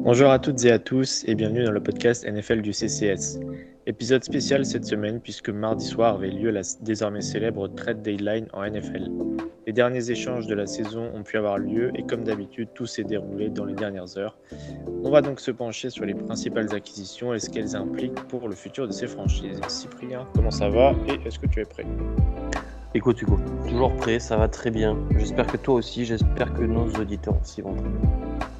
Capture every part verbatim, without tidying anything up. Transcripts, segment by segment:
Bonjour à toutes et à tous et bienvenue dans le podcast N F L du C C S. Épisode spécial cette semaine puisque mardi soir avait lieu la désormais célèbre Trade Deadline en N F L. Les derniers échanges de la saison ont pu avoir lieu et comme d'habitude tout s'est déroulé dans les dernières heures. On va donc se pencher sur les principales acquisitions et ce qu'elles impliquent pour le futur de ces franchises. Cyprien, comment ça va et est-ce que tu es prêt ? Écoute Hugo, toujours prêt, ça va très bien. J'espère que toi aussi, j'espère que nos auditeurs aussi vont très bien.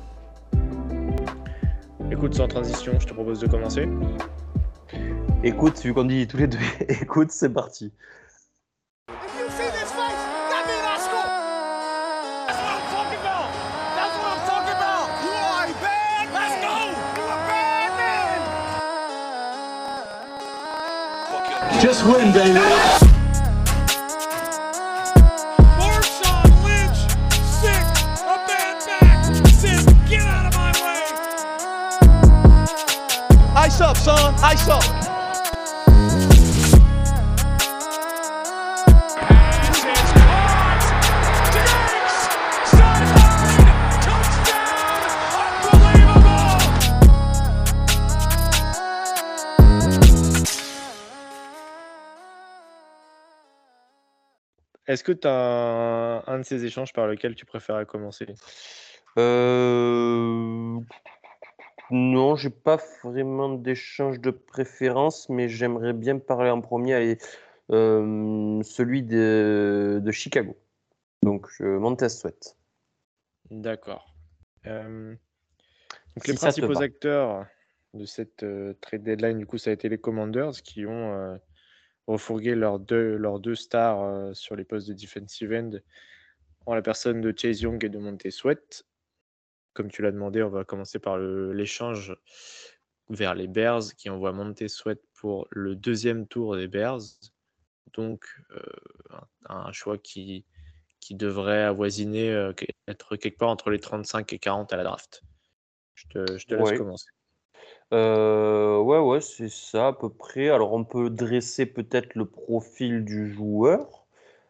Écoute, sans transition, je te propose de commencer. Écoute, vu qu'on dit tous les deux, écoute, c'est parti. Just win, baby. Marshawn Lynch, sick, a man back, sick, get out of my way. Ice up, son, ice up. Pass is caught. Diggs, sideline, touchdown, unbelievable. Est-ce que tu as un, un de ces échanges par lequel tu préférais commencer ? Euh... Non, j'ai pas vraiment d'échange de préférence, mais j'aimerais bien parler en premier, allez, euh, celui de, de Chicago. Donc, euh, Montez Sweat. D'accord. Euh, donc Si les ça te principaux va. acteurs de cette euh, trade deadline, du coup, ça a été les Commanders qui ont euh, refourgué leurs deux, leurs deux stars euh, sur les postes de defensive end en la personne de Chase Young et de Montez Sweat. Comme tu l'as demandé, on va commencer par le- l'échange vers les Bears qui envoient Montez Sweat pour le deuxième tour des Bears. Donc, euh, un, un choix qui, qui devrait avoisiner, euh, être quelque part entre les trente-cinq et quarante à la draft. Je te, je te laisse Ouais. commencer. Euh, ouais, ouais, c'est ça à peu près. Alors, on peut dresser peut-être le profil du joueur.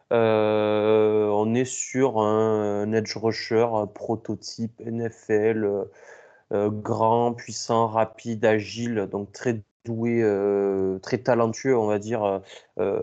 Euh, on est sur un, un edge rusher un prototype N F L, euh, euh, grand, puissant, rapide, agile, donc très doué, euh, très talentueux, on va dire, euh,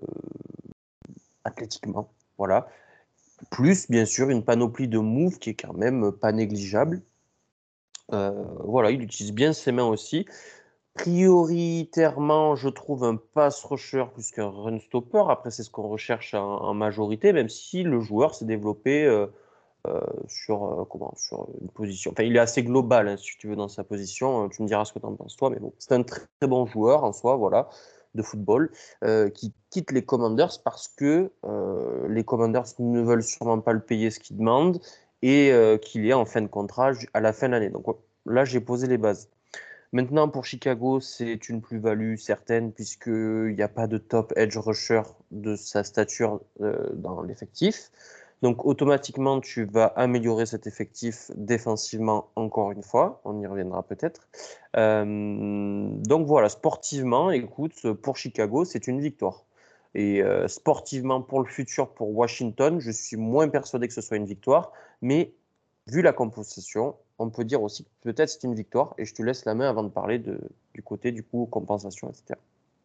athlétiquement. Voilà. Plus, bien sûr, une panoplie de moves qui est quand même pas négligeable. Euh, voilà, il utilise bien ses mains aussi. Prioritairement, je trouve un pass rusher plus qu'un run stopper. Après, c'est ce qu'on recherche en, en majorité, même si le joueur s'est développé euh, euh, sur, euh, comment, sur une position. Enfin, il est assez global, hein, si tu veux, dans sa position. Tu me diras ce que tu en penses, toi, mais bon, c'est un très, très bon joueur en soi, voilà, de football, euh, qui quitte les Commanders parce que euh, les Commanders ne veulent sûrement pas le payer ce qu'il demande et euh, qu'il est en fin de contrat à la fin de l'année. Donc là, j'ai posé les bases. Maintenant, pour Chicago, c'est une plus-value certaine puisqu'il n'y a pas de top edge rusher de sa stature euh, dans l'effectif. Donc, automatiquement, tu vas améliorer cet effectif défensivement encore une fois. On y reviendra peut-être. Euh, donc, voilà, sportivement, écoute, pour Chicago, c'est une victoire. Et euh, sportivement, pour le futur, pour Washington, je suis moins persuadé que ce soit une victoire. Mais vu la composition, on peut dire aussi que peut-être c'est une victoire. Et je te laisse la main avant de parler de, du côté du coup compensation, et cetera.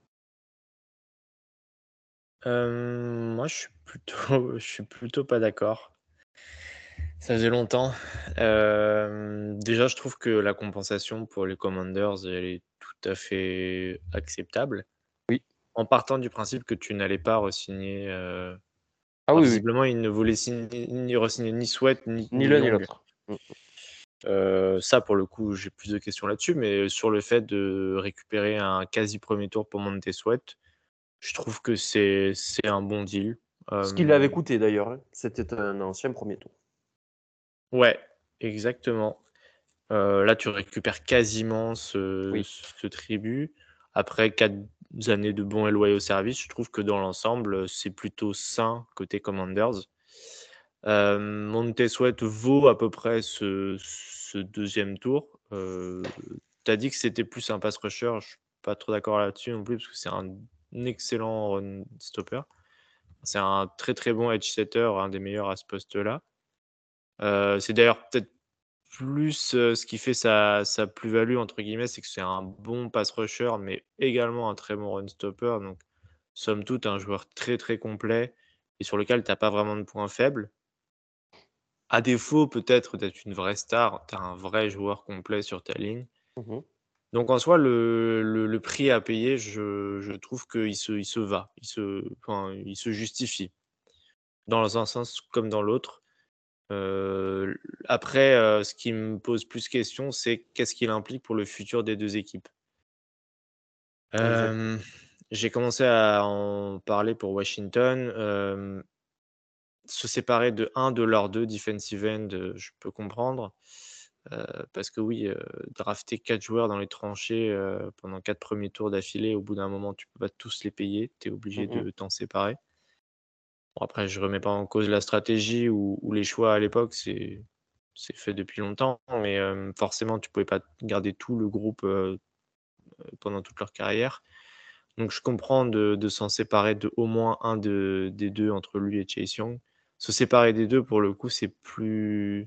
Euh, moi, je suis plutôt, je suis plutôt pas d'accord. Ça faisait longtemps. Euh, déjà, je trouve que la compensation pour les Commanders, elle est tout à fait acceptable. Oui. En partant du principe que tu n'allais pas re-signer. euh, Ah enfin, oui, oui. visiblement, ils ne voulaient signer, ni re-signer ni Sweat ni, Ni ni l'un ni Young. l'autre. Mm. Euh, ça, pour le coup, j'ai plus de questions là-dessus. Mais sur le fait de récupérer un quasi premier tour pour Montez Sweat, je trouve que c'est c'est un bon deal. Ce qu'il avait Euh, coûté d'ailleurs, hein. C'était un ancien premier tour. ouais, exactement. Euh, là, tu récupères quasiment ce, Oui. ce tribut. Après quatre années de bons et loyaux services, je trouve que dans l'ensemble, c'est plutôt sain côté Commanders. Euh, Montez Sweat vaut à peu près ce, ce deuxième tour. Euh, tu as dit que c'était plus un pass rusher. Je suis pas trop d'accord là-dessus non plus parce que c'est un excellent run stopper. C'est un très très bon edge setter, un des meilleurs à ce poste-là. Euh, c'est d'ailleurs peut-être plus, heu, ce qui fait sa sa «plus-value» entre guillemets, c'est que c'est un bon pass rusher, mais également un très bon run stopper. Donc, somme toute, un joueur très, très complet et sur lequel tu as pas vraiment de points faibles. À défaut, peut-être, d'être une vraie star, tu as un vrai joueur complet sur ta ligne. Mmh. Donc en soi, le le le prix à payer, je je trouve qu'il se il se va, il se enfin, il se justifie, dans un sens comme dans l'autre. Heu, après, heu, ce qui me pose plus question, c'est qu'est-ce qu'il implique pour le futur des deux équipes? Exact. Hem, j'ai commencé à en parler pour Washington, hem, se séparer de un de leurs deux defensive end, heu, je peux comprendre, heu, parce que oui, heu, drafter quatre joueurs dans les tranchées, heu, pendant quatre premiers tours d'affilée, au bout d'un moment, tu peux pas tous les payer, tu es obligé Mmh mh. de t'en séparer. Bon après, je remets pas en cause la stratégie ou ou les choix à l'époque, c'est c'est fait depuis longtemps, mais hem, forcément, tu pouvais pas garder tout le groupe, heu, pendant toute leur carrière. Donc je comprends de de s'en séparer de au moins un de des deux entre lui et Chase Young. Se séparer des deux pour le coup, c'est plus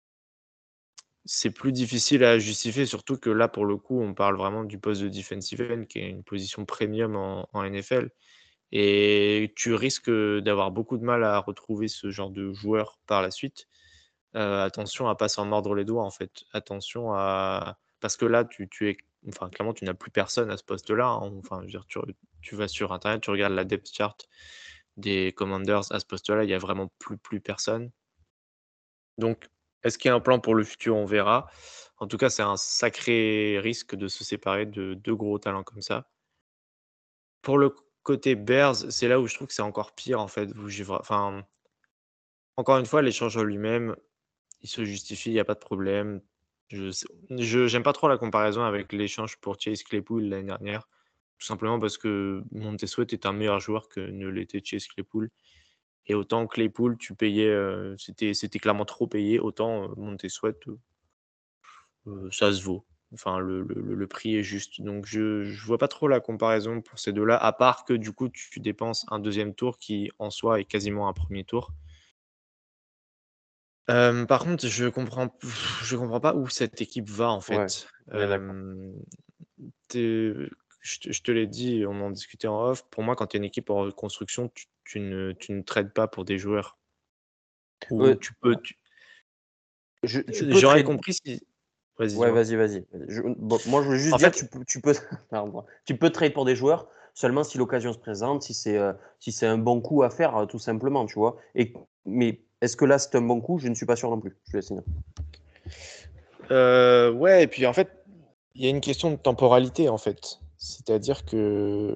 c'est plus difficile à justifier, surtout que là, pour le coup, on parle vraiment du poste de defensive end qui est une position premium en en N F L et tu risques, d'avoir beaucoup de mal à retrouver ce genre de joueur par la suite. Heu, attention à pas s'en mordre les doigts, en fait. Attention à parce que là, tu tu es enfin, clairement, tu n'as plus personne à ce poste-là, hein. Enfin, je veux dire, tu re tu vas sur internet, tu regardes la depth chart des Commanders à ce poste-là, il y a vraiment plus plus personne. Donc, est-ce qu'il y a un plan pour le futur? On verra. En tout cas, c'est un sacré risque de se séparer de deux gros talents comme ça. Pour le côté Bears, c'est là où je trouve que c'est encore pire, en fait, où j'ai vra enfin, encore une fois, l'échange en lui-même, il se justifie, il y a pas de problème. Je sais je j'aime pas trop la comparaison avec l'échange pour Chase Claypool l'année dernière, tout simplement parce que Montez Sweat est un meilleur joueur que ne l'était Chase Claypool et autant Claypool, tu payais, heu, c'était c'était clairement trop payé, autant, heu, Montez Sweat, heu heu, ça se vaut. Enfin, le le le le prix est juste. Donc je je vois pas trop la comparaison pour ces deux-là, à part que du coup, tu dépenses un deuxième tour qui, en soi, est quasiment un premier tour. Hem, par contre, je comprends je comprends pas où cette équipe va, en Ouais, fait. on est d'accord. Hem, tu je te je te l'ai dit, on en discutait en off. Pour moi, quand tu es une équipe en reconstruction, tu tu ne tu ne trades pas pour des joueurs. Ou Ouais, tu peux tu je tu peux j'aurais trade compris si vas-y, ouais, dis-moi. vas-y, vas-y. Je bon, moi, je voulais juste En dire, fait tu peux tu peux pardon, tu peux trade pour des joueurs seulement si l'occasion se présente, si c'est, heu, si c'est un bon coup à faire, heu, tout simplement, tu vois? Et mais est-ce que là, c'est un bon coup? Je ne suis pas sûr non plus. Je te laisse finir. heu, ouais et puis, en fait, il y a une question de temporalité, en fait. C'est-à-dire que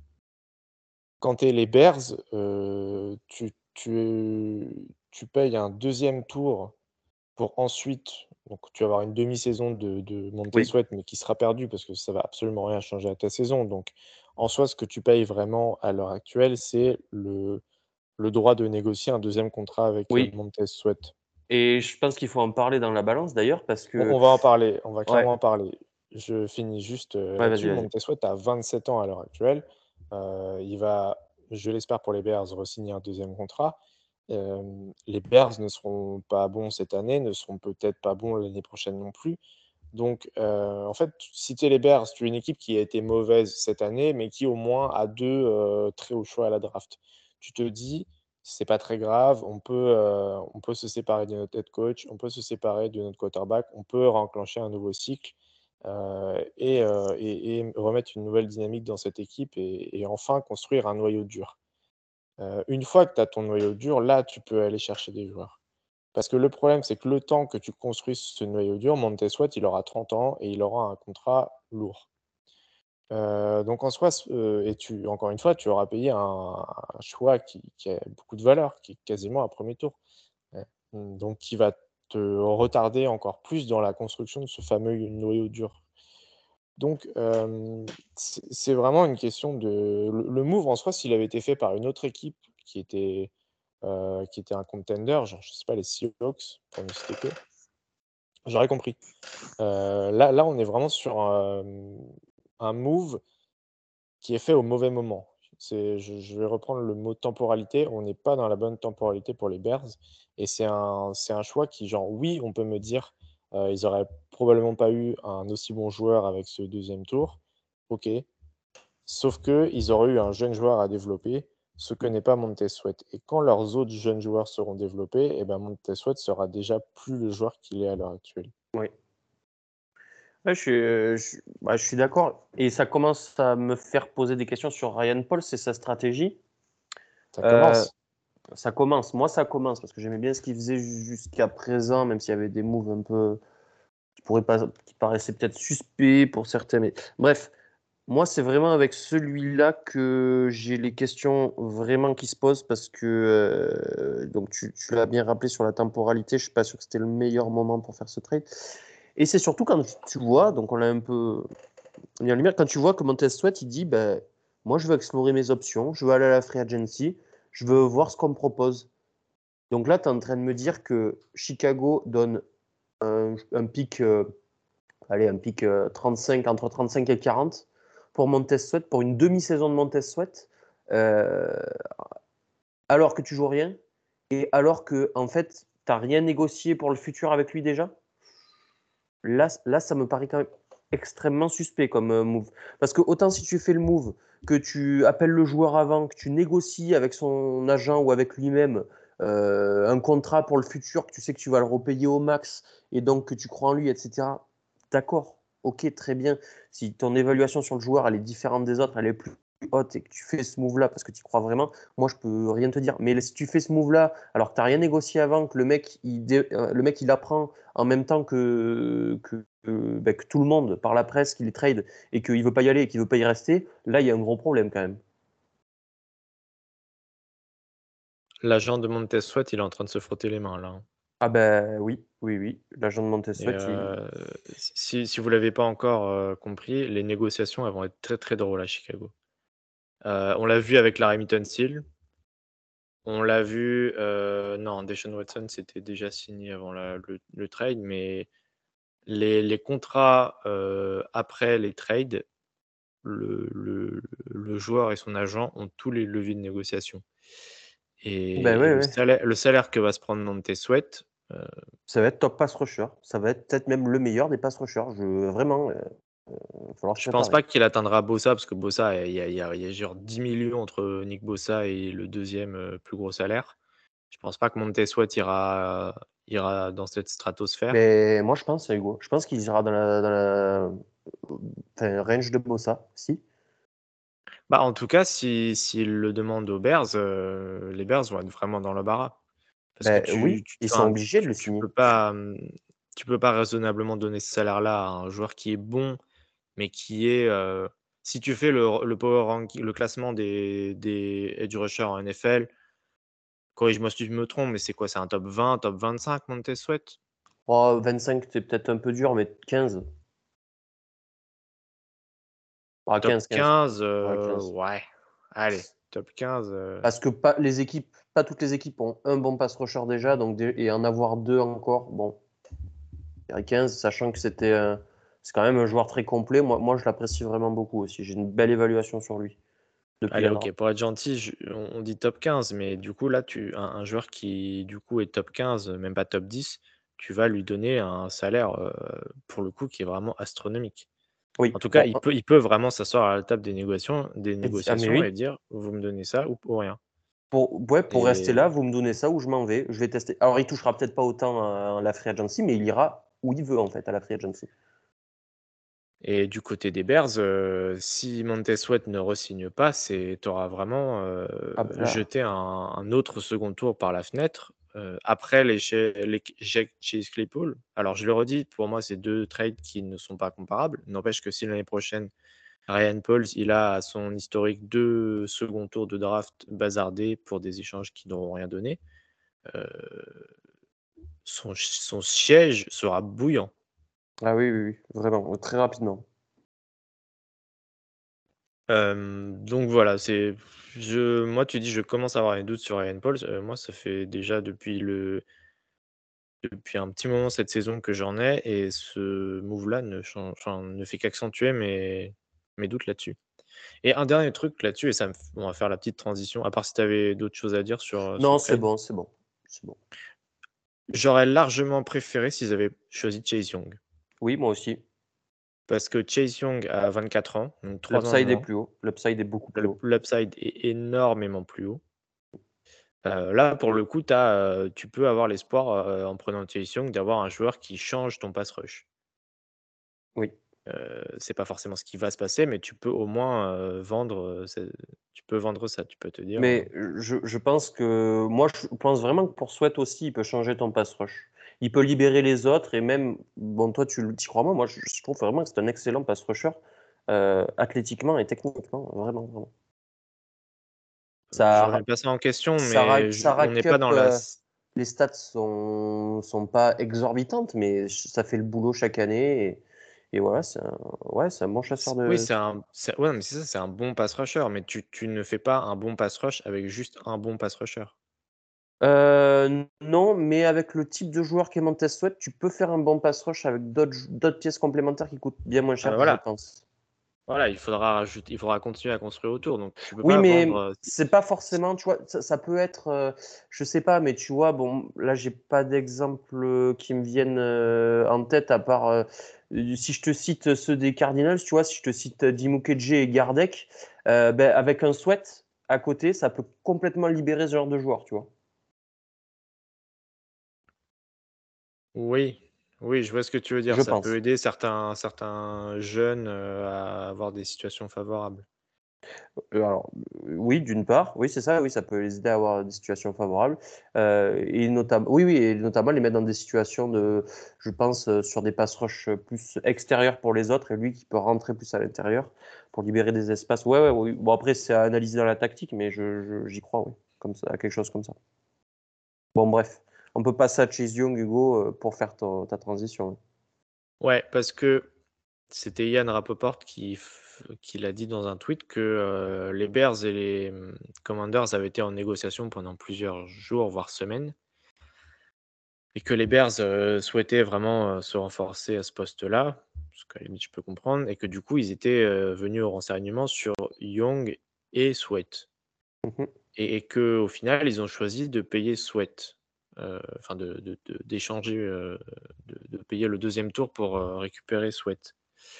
quand tu es les Bears, heu, tu tu tu payes un deuxième tour pour ensuite donc tu vas avoir une demi-saison de de Montez Oui. Sweat, mais qui sera perdue parce que ça va absolument rien changer à ta saison. Donc en soi, ce que tu payes vraiment à l'heure actuelle, c'est le le droit de négocier un deuxième contrat avec, heu, Oui, Montez Sweat. et je pense qu'il faut en parler dans la balance d'ailleurs parce On que on va en parler, on va ouais, clairement en parler. Je finis juste, heu, ouais, vas-y, là-dessus. vas-y. Montez Sweat a vingt-sept ans à l'heure actuelle. Heu, il va, je l'espère pour les Bears, re-signer un deuxième contrat. Hem, les Bears ne seront pas bons cette année, ne seront peut-être pas bons l'année prochaine non plus. Donc, heu, en fait, si tu es les Bears, tu es une équipe qui a été mauvaise cette année, mais qui au moins a deux heu, très hauts choix à la draft. Tu te dis: «C'est pas très grave, on peut, heu, on peut se séparer de notre head coach, on peut se séparer de notre quarterback, on peut renclencher un nouveau cycle, heu et heu et et remettre une nouvelle dynamique dans cette équipe et et enfin construire un noyau dur». Heu, une fois que tu as ton noyau dur, là, tu peux aller chercher des joueurs. Parce que le problème, c'est que le temps que tu construises ce noyau dur, Montez Sweat, il aura trente ans et il aura un contrat lourd. Heu, donc en soi, ce heu et tu encore une fois, tu auras payé un un choix qui qui a beaucoup de valeur, qui est quasiment un premier tour. Heu, mmh, donc qui va te retarder encore plus dans la construction de ce fameux noyau dur. Donc hem, c'est c'est vraiment une question de le le move en soi, s'il avait été fait par une autre équipe qui était, heu, qui était un contender, genre, je sais pas, les Seahawks, pour ne citer qu'eux, j'aurais compris. Heu, là là, on est vraiment sur, hem, un move qui est fait au mauvais moment. C'est je je vais reprendre le mot temporalité, on n'est pas dans la bonne temporalité pour les Bears et c'est un c'est un choix qui genre oui, on peut me dire: Euh, ils auraient probablement pas eu un aussi bon joueur avec ce deuxième tour. Ok. Sauf que ils auraient eu un jeune joueur à développer, ce que n'est pas Montez Sweat. Et quand leurs autres jeunes joueurs seront développés, eh ben Montez Sweat sera déjà plus le joueur qu'il est à l'heure actuelle. Oui. Ouais, je, suis, euh, je, bah, je suis d'accord. Et ça commence à me faire poser des questions sur Ryan Paul, c'est sa stratégie. Ça Euh, commence. ça commence. Moi, ça commence parce que j'aimais bien ce qu'il faisait jusqu'à présent, même s'il y avait des moves un peu qui, pourraient pas, qui paraissaient peut-être suspects pour certains. Mais... Bref, moi, c'est vraiment avec celui-là que j'ai les questions vraiment qui se posent parce que, euh, donc tu, tu l'as bien rappelé sur la temporalité, je suis pas sûr que c'était le meilleur moment pour faire ce trade. Et c'est surtout quand tu vois, donc on l'a un peu mis en lumière, quand tu vois que Montez Sweat, il dit, ben, moi, je veux explorer mes options, je veux aller à la free agency, je veux voir ce qu'on me propose. Donc là, tu es en train de me dire que Chicago donne un, un pic, euh, allez, un pic euh, trente-cinq, entre trente-cinq et quarante pour Montez Sweat, pour une demi-saison de Montez Sweat, euh, alors que tu joues rien et alors que, en fait, tu n'as rien négocié pour le futur avec lui déjà. Là, là, ça me paraît quand même extrêmement suspect comme euh, move. Parce que autant si tu fais le move, que tu appelles le joueur avant, que tu négocies avec son agent ou avec lui-même euh, un contrat pour le futur, que tu sais que tu vas le repayer au max et donc que tu crois en lui, et cetera. D'accord, ok, très bien. Si ton évaluation sur le joueur elle est différente des autres, elle est plus haute et que tu fais ce move-là parce que tu crois vraiment, moi je peux rien te dire. Mais si tu fais ce move-là alors que tu n'as rien négocié avant, que le mec il, dé... le mec, il apprend en même temps que, que, que, bah, que tout le monde par la presse qu'il est trade et qu'il ne veut pas y aller et qu'il ne veut pas y rester, là, il y a un gros problème quand même. L'agent de Montez Sweat, il est en train de se frotter les mains là, hein. Ah ben oui, oui, oui. L'agent de Montez Et Sweat, il... euh, si, si vous l'avez pas encore euh, compris, les négociations elles vont être très très drôles à Chicago. Euh, on l'a vu avec la Remington Steele. On l'a vu, euh, non, Deshaun Watson c'était déjà signé avant la- le, le trade, mais les, les contrats euh, après les trades, le, le, le joueur et son agent ont tous les leviers de négociation. Ben Et, et ouais, le, ouais. salaire, le salaire que va se prendre Montez Sweat, euh, Ça va être top pass rusher. Ça va être peut-être même le meilleur des pass rushers. Je... Vraiment, il euh, va falloir se je pense préparer. pas qu'il atteindra Bossa, parce que Bossa, il y a, il y a- il y a genre dix millions entre Nick Bossa et le deuxième euh, plus gros salaire. Je pense pas que Montez Sweat ira, ira dans cette stratosphère. Mais moi, je pense, Hugo, je pense qu'il sera dans la, dans la... Enfin, range de Bossa, si. Bah, en tout cas, si, s'il le demande aux Bears, euh, les Bears vont être vraiment dans le l'embarras. Parce que Ben tu, oui, tu, ils sont enfin, obligés de le tu, tu signer. peux pas, hum, tu peux pas raisonnablement donner ce salaire-là à un joueur qui est bon, mais qui est. euh, si tu fais le, le power ranking, le classement des, des edge rushers en N F L, corrige-moi si je me trompe, mais c'est quoi? C'est un top vingt, top vingt-cinq, Montez Sweat? Oh, vingt-cinq, c'est peut-être un peu dur, mais quinze. Ah, Top quinze, quinze. quinze, Ouais, euh, quinze. ouais. Allez, top quinze. euh, Parce que pas, les équipes, pas toutes les équipes ont un bon pass rusher déjà, donc dé- et en avoir deux encore, bon, je dirais quinze, sachant que c'était euh, c'est quand même un joueur très complet. Moi, moi je l'apprécie vraiment beaucoup aussi. J'ai une belle évaluation sur lui depuis Allez, la draft. ok, pour être gentil, je- on, on dit top quinze, mais du coup, là, tu, un, un joueur qui, du coup, est top quinze, même pas top dix, tu vas lui donner un salaire, euh, pour le coup, qui est vraiment astronomique. Oui, En tout cas, bon, il peut, il peut vraiment s'asseoir à la table des négociations, des ah mais négociations et oui. dire, vous me donnez ça ou, ou rien. Pour, ouais, pour rester Et, là, vous me donnez ça ou je m'en vais. Je vais tester. Alors, il touchera peut-être pas autant à la free agency, mais il ira où il veut en fait à la free agency. et du côté des Bears, euh, si Montez Sweat ne re-signe pas, tu auras vraiment euh, Ah ben là, jeté un, un autre second tour par la fenêtre. Euh, après les Chase Claypool. Alors je le redis, pour moi, c'est deux trades qui ne sont pas comparables. N'empêche que si l'année prochaine, Ryan Pauls, il a à son historique deux second tours de draft bazardés pour des échanges qui n'auront rien donné, euh, son, son siège sera bouillant. ah oui, oui, oui, vraiment, très rapidement. Euh, donc voilà, c'est je moi tu dis je commence à avoir des doutes sur Ryan Pauls. Euh, moi ça fait déjà depuis le depuis un petit moment cette saison que j'en ai et ce move là ne change, enfin, ne fait qu'accentuer mes mes doutes là-dessus. Et un dernier truc là-dessus et ça me f- on va faire la petite transition à part si tu avais d'autres choses à dire sur, Non, ce c'est trade. bon, c'est bon, c'est bon. J'aurais largement préféré s'ils avaient choisi Chase Young. Oui, moi aussi. Parce que Chase Young a vingt-quatre ans, donc trois ans de L'upside est moins. plus haut. L'upside est beaucoup plus Le haut. l'upside est énormément plus haut. Heu, là, pour le coup, tu as, tu peux avoir l'espoir, heu, en prenant Chase Young, d'avoir un joueur qui change ton pass rush. Oui. Heu, c'est pas forcément ce qui va se passer, mais tu peux au moins, heu, vendre, heu, ce tu peux vendre ça. Tu peux te dire, heu Mais je je pense que moi, je pense vraiment que pour Sweat aussi, il peut changer ton pass rush. Il peut libérer les autres et même, bon, toi, tu y crois moi, moi, je, je trouve vraiment que c'est un excellent pass rusher, euh, athlétiquement et techniquement, vraiment, vraiment. je Ça, remets pas ça en question, ça, mais rack- je ça on n'est rack pas up, dans la euh, s les stats sont, sont pas exorbitantes, mais ça fait le boulot chaque année et, et voilà, c'est un, ouais, c'est un bon chasseur c oui, de. c'est un c'est ouais, mais c'est ça, c'est un bon pass rusher, mais tu tu ne fais pas un bon pass rush avec juste un bon pass rusher. Euh, non, mais avec le type de joueur qu'est Montez Sweat, tu peux faire un bon pass rush avec d'autres jou- d'autres pièces complémentaires qui coûtent bien moins Ah bah, cher, je voilà, pense. voilà, il faudra rajouter il faudra continuer à construire autour, donc tu peux Oui, pas mais vendre, heu, c'est pas forcément, tu vois, ça, ça peut être, euh, je sais pas, mais tu vois, bon, là, j'ai pas d'exemple euh, qui me viennent euh, en tête à part, euh, si je te cite ceux des Cardinals, tu vois, si je te cite Dimukeje et Gardek, euh, ben, avec un Sweat à côté, ça peut complètement libérer ce genre de joueur, tu vois. oui, oui, je vois ce que tu veux dire. Je Ça peut pense. aider certains certains jeunes, heu, à avoir des situations favorables. Euh, alors, euh, oui, d'une part, oui, c'est ça, oui, ça peut les aider à avoir des situations favorables. Euh, et notamment, oui, oui, et notamment les mettre dans des situations de, je pense, euh, sur des pass rush plus extérieurs pour les autres et lui qui peut rentrer plus à l'intérieur pour libérer des espaces. Ouais, ouais, oui. Bon, après, c'est à analyser dans la tactique, mais je, je- j'y crois, oui, comme ça, à quelque chose comme ça. Bon, bref, on peut passer à Chase Young, Hugo, euh, pour faire ton- ta transition. Oui. Ouais, parce que c'était Ian Rapoport qui f qui l'a dit dans un tweet que, heu, les Bears et les, mmh, Commanders avaient été en négociation pendant plusieurs jours, voire semaines et que les Bears, heu, souhaitaient vraiment, heu, se renforcer à ce poste-là, ce qu'à la limite je peux comprendre et que du coup ils étaient, heu, venus au renseignement sur Young et Sweat Mhm. et et qu'au final ils ont choisi de payer Sweat, heu, enfin de de de d'échanger, heu, de de payer le deuxième tour pour, heu, récupérer Sweat.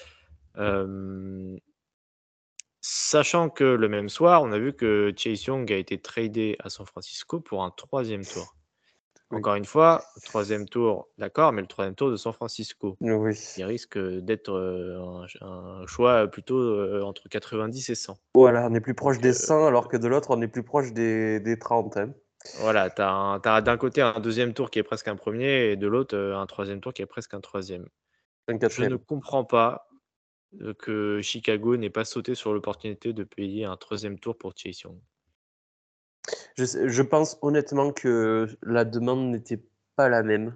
Hem Sachant que le même soir, on a vu que Chase Young a été tradé à San Francisco pour un troisième tour. Oui. Encore une fois, troisième tour, d'accord, mais le troisième tour de San Francisco, Oui. qui risque, d'être, heu, un ch un choix plutôt, heu, entre quatre-vingt-dix et cent. Voilà, on est plus proche Donc, des heu, cent alors que de l'autre, on est plus proche des, des trente, hein. voilà, tu as un tu as d'un côté un deuxième tour qui est presque un premier et de l'autre, heu, un troisième tour qui est presque un troisième. Un Je ne quatrième. comprends pas, heu, que Chicago n'ait pas sauté sur l'opportunité de payer un troisième tour pour Chase Young. Je, sais- je pense honnêtement que la demande n'était pas la même.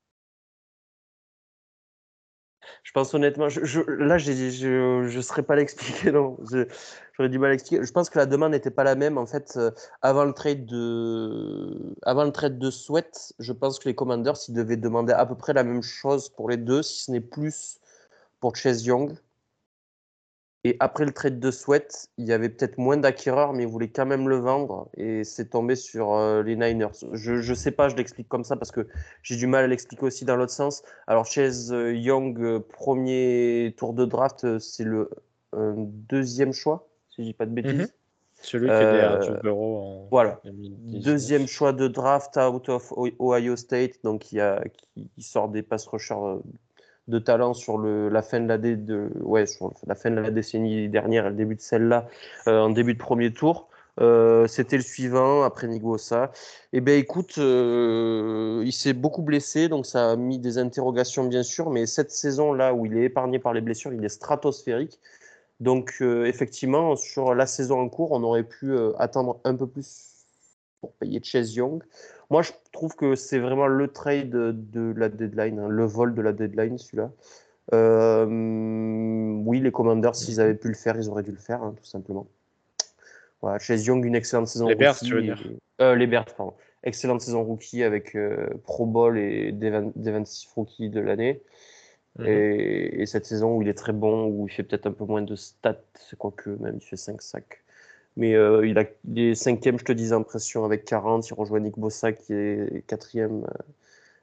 Je pense honnêtement, je, je- là, j'ai- je ne saurais pas l'expliquer, non. Je- J'aurais du mal à expliquer. Je pense que la demande n'était pas la même. En fait, euh, avant le trade de, avant le trade de Sweat, je pense que les Commanders, ils devaient demander à peu près la même chose pour les deux, si ce n'est plus pour Chase Young. Et après le trade de Sweat, il y avait peut-être moins d'acquéreurs, mais ils voulaient quand même le vendre. Et c'est tombé sur euh, les Niners. Je ne sais pas, je l'explique comme ça parce que j'ai du mal à l'expliquer aussi dans l'autre sens. Alors, Chase euh, Young, euh, premier tour de draft, euh, c'est le euh, deuxième choix, si je dis pas de Mmh. bêtises. Celui qui aidait à Euh, Joe Burrow en voilà. Deuxième deux mille dix-neuf. choix de draft out of Ohio State, donc il, y a, qui sort des pass rushers euh, de talent sur le, la fin de la, dé, de, ouais, sur la fin de la décennie dernière et le début de celle-là, euh, en début de premier tour. Euh, c'était le suivant après Nick Bosa. Eh bien, écoute, euh, il s'est beaucoup blessé, donc ça a mis des interrogations, bien sûr, mais cette saison-là où il est épargné par les blessures, il est stratosphérique. Donc, euh, effectivement, sur la saison en cours, on aurait pu euh, attendre un peu plus pour payer Chase Young. Moi, je trouve que c'est vraiment le trade de la deadline, hein, le vol de la deadline, celui-là. Euh, oui, les Commanders, s'ils Mmh. avaient pu le faire, ils auraient dû le faire, hein, tout simplement. Voilà, Chase Young, une excellente saison Les Bears, tu veux rookie. dire? Et- euh, les Bears, pardon. Excellente saison rookie avec euh, Pro Bowl et des, vingt, des vingt-six rookies de l'année. Mmh. Et, et cette saison où il est très bon, où il fait peut-être un peu moins de stats, quoique même il fait cinq sacs. Mais euh, il, a, il est cinquième, je te disais, en pression avec quarante. Il rejoint Nick Bosa qui est quatrième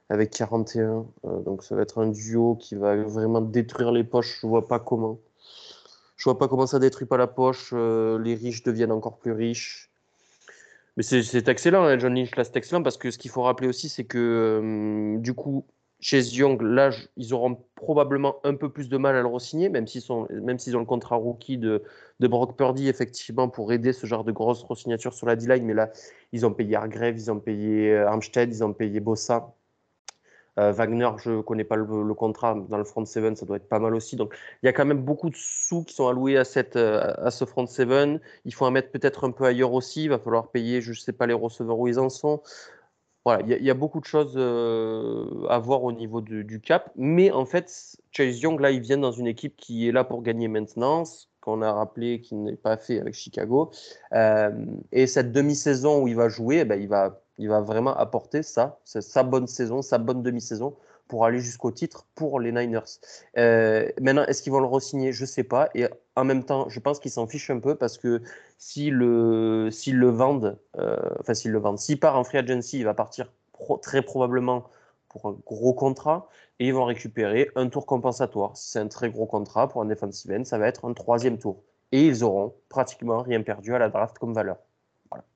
avec quarante et un. Euh, donc ça va être un duo qui va vraiment détruire les poches. Je vois pas comment. Je vois pas comment ça détruit pas la poche. Euh, les riches deviennent encore plus riches. Mais c'est c'est excellent, hein, John Lynch, là, c'est excellent parce que ce qu'il faut rappeler aussi, c'est que euh, du coup, Chase Young, là, j- ils auront probablement un peu plus de mal à le re-signer, même s'ils sont, même s'ils ont le contrat rookie de, de Brock Purdy, effectivement, pour aider ce genre de grosses re-signatures sur la D-line. Mais là, ils ont payé Hargrave, ils ont payé euh, Armstead, ils ont payé Bossa. Euh, Wagner, je ne connais pas le, le contrat. Dans le front seven, ça doit être pas mal aussi. Donc, il y a quand même beaucoup de sous qui sont alloués à, cette, euh, à ce front seven. Il faut en mettre peut-être un peu ailleurs aussi. Il va falloir payer, je ne sais pas, les receveurs où ils en sont. Voilà, il y, a- il y a beaucoup de choses euh, à voir au niveau de- du cap. Mais en fait, Chase Young, là, il vient dans une équipe qui est là pour gagner maintenant, ce qu'on a rappelé qu'il n'est pas fait avec Chicago. Euh, et cette demi-saison où il va jouer, eh ben, il va, il va vraiment apporter ça, c'est sa bonne saison, sa bonne demi-saison pour aller jusqu'au titre pour les Niners. Euh, maintenant, est-ce qu'ils vont le re-signer? Je ne sais pas. Et en même temps, je pense qu'ils s'en fichent un peu parce que s'ils le, s'ils le vendent, euh, enfin s'ils le vendent, s'il part en free agency, il va partir pro- très probablement pour un gros contrat et ils vont récupérer un tour compensatoire. Si c'est un très gros contrat pour un defensive end, ça va être un troisième tour. Et ils auront pratiquement rien perdu à la draft comme valeur. Voilà.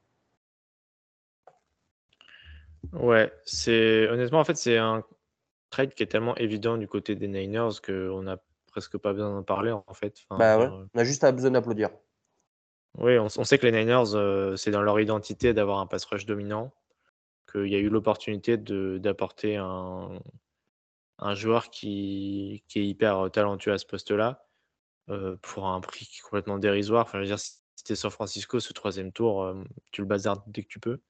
Ouais, c'est honnêtement, en fait, c'est un trade qui est tellement évident du côté des Niners qu'on n'a presque pas besoin d'en parler, en fait. Enfin, je Bah veux ouais, dire, euh, on a juste besoin d'applaudir. oui, on, on sait que les Niners, euh, c'est dans leur identité d'avoir un pass rush dominant, qu'il y a eu l'opportunité de d'apporter un, un joueur qui, qui est hyper talentueux à ce poste-là, euh, pour un prix qui est complètement dérisoire. Enfin, je veux dire, si c'était San Francisco, ce troisième tour, euh, tu le bazardes dès que tu peux.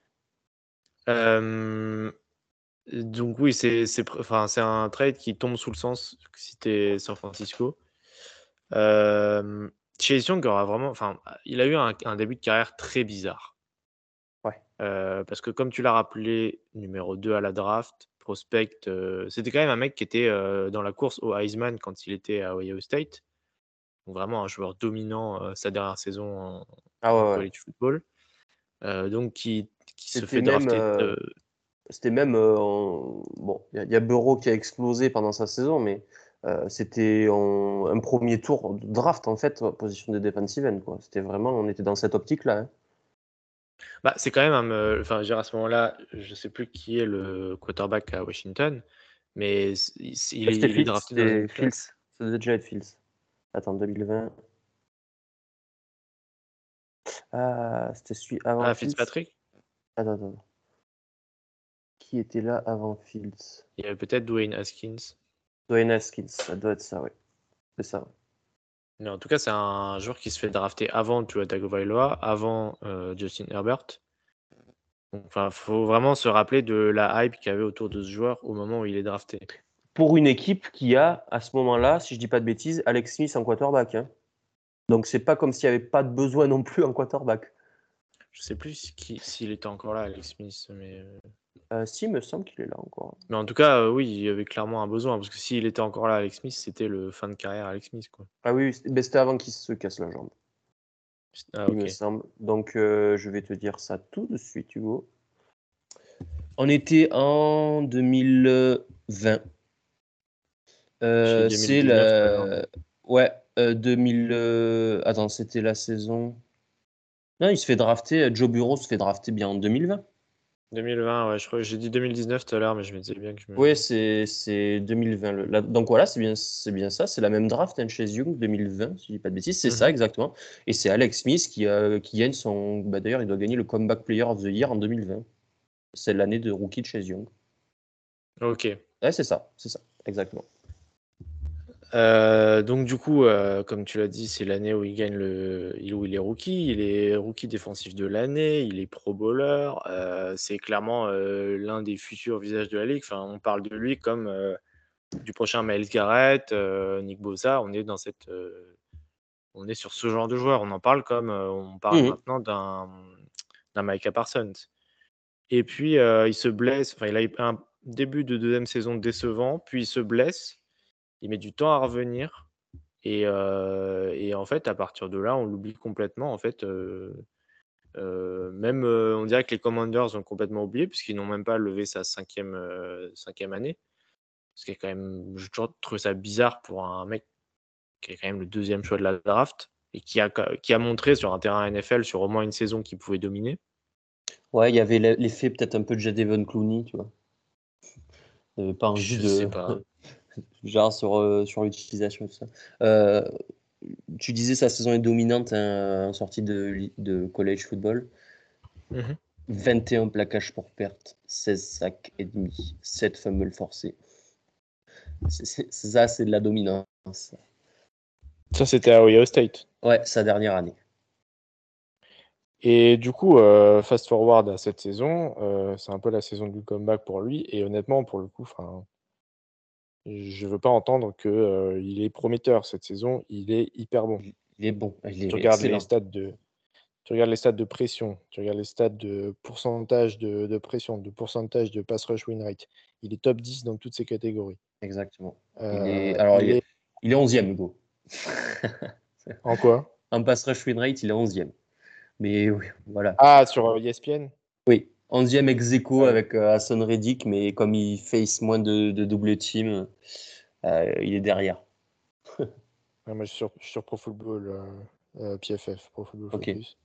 Euh, donc oui, c'est c'est pr- enfin, c'est un trade qui tombe sous le sens si t'es San Francisco. Euh, Chase Young aura vraiment, enfin, il a eu un, un début de carrière très bizarre. Ouais. Euh, parce que comme tu l'as rappelé, numéro deux à la draft, prospect, euh, c'était quand même un mec qui était euh, dans la course au Heisman quand il était à Ohio State. Donc vraiment un joueur dominant euh, sa dernière saison en, Ah en ouais, ouais. college football. Euh, donc qui, qui se C'était fait même, drafter. euh, euh, c'était même euh, en- bon, il y, a- il y a Burrow qui a explosé pendant sa saison, mais euh, c'était en- un premier tour de draft en fait, position de defensive end, quoi. C'était vraiment, on était dans cette optique-là, hein. Bah, c'est quand même un, euh, enfin, je veux dire, à ce moment-là, je sais plus qui est le quarterback à Washington, mais c- il, il est, C'était il est Fields, drafté dans c'était une Fields. classe. Ça devait déjà être Fields. Attends, deux mille vingt. Ah, c'était celui avant Ah, Fields. Fitzpatrick? Attends, attends. Qui était là avant Fields? Il y avait peut-être Dwayne Haskins. Dwayne Haskins, ça doit être ça, oui. C'est ça. Mais en tout cas, c'est un joueur qui se fait drafter avant Tua Tagovailoa, avant euh, Justin Herbert. Donc, enfin, faut vraiment se rappeler de la hype qu'il y avait autour de ce joueur au moment où il est drafté. Pour une équipe qui a, à ce moment-là, si je dis pas de bêtises, Alex Smith en quarterback, hein. Donc c'est pas comme s'il n'y avait pas de besoin non plus en quarterback. Je sais plus si- qui- s'il était encore là, Alex Smith, mais, euh, Euh, si, il me semble qu'il est là encore. mais en tout cas, euh, oui, il y avait clairement un besoin parce que s'il était encore là, Alex Smith, c'était le fin de carrière Alex Smith, quoi. Ah oui, oui, c'était ben, c'était avant qu'il se casse la jambe, Ah, il me ok. semble. Donc euh, je vais te dire ça tout de suite, Hugo. On était en deux mille vingt. J'ai Euh, c'est deux mille dix-neuf tout à l'heure. la... Ouais, euh, deux mille... euh, Attends, c'était la saison... Non, il se fait drafter, Joe Burrow se fait drafter bien en deux mille vingt. deux mille vingt, ouais, je crois que j'ai dit deux mille dix-neuf tout à l'heure, mais je me disais bien que je me. Oui, c'est c'est deux mille vingt. le- la- Donc voilà, c'est bien, c'est bien ça. C'est la même draft, hein, chez Young, deux mille vingt, si je dis pas de bêtises. C'est ça, Mhm. exactement. Et c'est Alex Smith qui, euh, qui gagne son... Bah, d'ailleurs, il doit gagner le Comeback Player of the Year en deux mille vingt. C'est l'année de rookie de Chase Young. Ok. Ouais, c'est ça, c'est ça, exactement. Euh, donc du coup, euh, comme tu l'as dit, c'est l'année où il gagne le, il- où il est rookie. Il est rookie défensif de l'année. Il est Pro Bowler. Euh, c'est clairement euh, l'un des futurs visages de la ligue. Enfin, on parle de lui comme euh, du prochain Myles Garrett, euh, Nick Bosa. On est dans cette, euh, on est sur ce genre de joueur. On en parle comme euh, on parle Mhm. maintenant d'un d'un Micah Parsons. Et puis euh, il se blesse. Enfin, il a eu un début de deuxième saison décevant. Puis il se blesse. Il met du temps à revenir. Et, euh, et en fait, à partir de là, on l'oublie complètement. En fait, euh, Euh, même, euh, on dirait que les Commanders ont complètement oublié, puisqu'ils n'ont même pas levé sa cinquième, euh, cinquième année. Ce qui est quand même, je trouve ça bizarre pour un mec qui est quand même le deuxième choix de la draft et qui a, qui a montré sur un terrain N F L sur au moins une saison qu'il pouvait dominer. Ouais, il y avait l'effet peut-être un peu de Jadavion Clooney, tu vois. Il n'y avait pas envie Je de. sais pas. Genre sur, euh, sur l'utilisation et tout ça. Euh, tu disais sa saison est dominante hein, en sortie de, de college football. Mhm. vingt et un plaquages pour perte, seize sacs et demi, sept fumbles forcés. C'est, c'est, ça, c'est de la dominance. Ça, c'était à Ohio State. Ouais, sa dernière année. Et du coup, euh, fast forward à cette saison, euh, c'est un peu la saison du comeback pour lui. Et honnêtement, pour le coup, je ne veux pas entendre qu'il euh, est prometteur cette saison. Il est hyper bon. Il est bon, il est Tu regardes les excellent. stats de, tu regardes les stats de pression, tu regardes les stats de pourcentage de, de pression, de pourcentage de pass rush win rate. Il est top dix dans toutes ces catégories. Exactement. Euh, il est, alors, il il est, est il est onzième, Hugo. en quoi? En pass rush win rate, il est onzième. Mais oui, voilà. Ah, sur euh, E S P N? Oui, onzième ex aequo Ouais. avec euh, Hassan Reddick, mais comme il face moins de, de double team, euh, il est derrière. Ouais, moi, je suis sur, je suis sur Pro Football euh, euh, P F F, Pro Football Ok. Focus.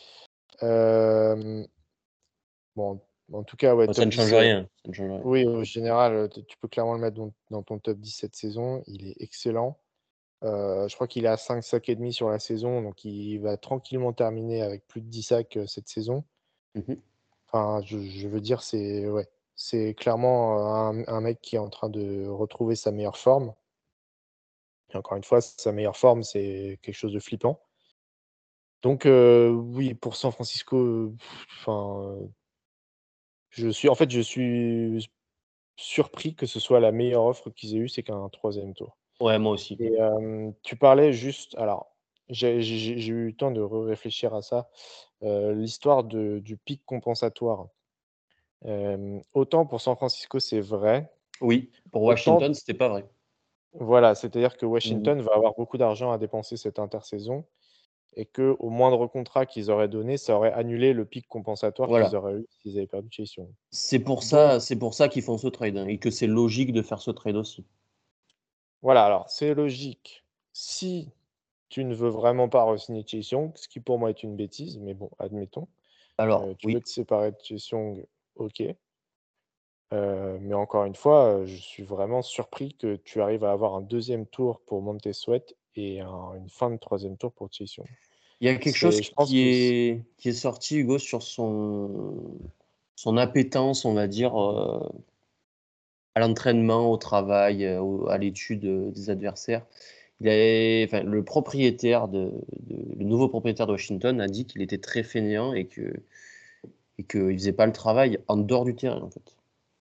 Euh, bon, en tout cas, ouais, Bon, top ça ne dix. change euh, rien. Ça ne change rien. Oui, au général, euh, tu peux clairement le mettre dans, dans ton top dix cette saison. Il est excellent. Euh, je crois qu'il est à cinq sacs et demi sur la saison, donc il va tranquillement terminer avec plus de dix sacs euh, cette saison. Mhm. Enfin, je, je veux dire, c'est ouais, c'est clairement euh, un, un mec qui est en train de retrouver sa meilleure forme. Et encore une fois, sa meilleure forme, c'est quelque chose de flippant. Donc euh, oui, pour San Francisco, euh, enfin, euh, je suis en fait, je suis surpris que ce soit la meilleure offre qu'ils aient eue, c'est qu'un troisième tour. Ouais, moi aussi. Et hem, tu parlais juste alors, j'ai j'ai j'ai eu le temps de réfléchir à ça, heu, l'histoire de du pic compensatoire. Hem, autant pour San Francisco, c'est vrai, Oui, pour autant Washington, c'était pas vrai. voilà, c'est-à-dire que Mhm. Washington va avoir beaucoup d'argent à dépenser cette intersaison et qu'au moindre contrat qu'ils auraient donné, ça aurait annulé le pic compensatoire qu'ils Voilà. auraient eu s'ils avaient perdu Chase Young. C'est pour Donc ça, c'est pour ça qu'ils font ce trade hein, et que c'est logique de faire ce trade aussi. voilà, alors c'est logique si tu ne veux vraiment pas re-signer Chase Young, ce qui pour moi est une bêtise, mais bon, admettons. Alors, Heu, tu oui, veux te séparer de Chase Young, OK. Heu, mais encore une fois, heu, je suis vraiment surpris que tu arrives à avoir un deuxième tour pour Montez Sweat et un une fin de troisième tour pour Chase Young. il y a quelque chose C'est je pense qui que c est, qui est sorti, Hugo, sur son, son appétence, on va dire, euh, à l'entraînement, au travail, euh, au- à l'étude euh, des adversaires. Il avait, enfin, le propriétaire de, de- le nouveau propriétaire de Washington a dit qu'il était très fainéant et que et qu'il faisait pas le travail en dehors du terrain, en fait.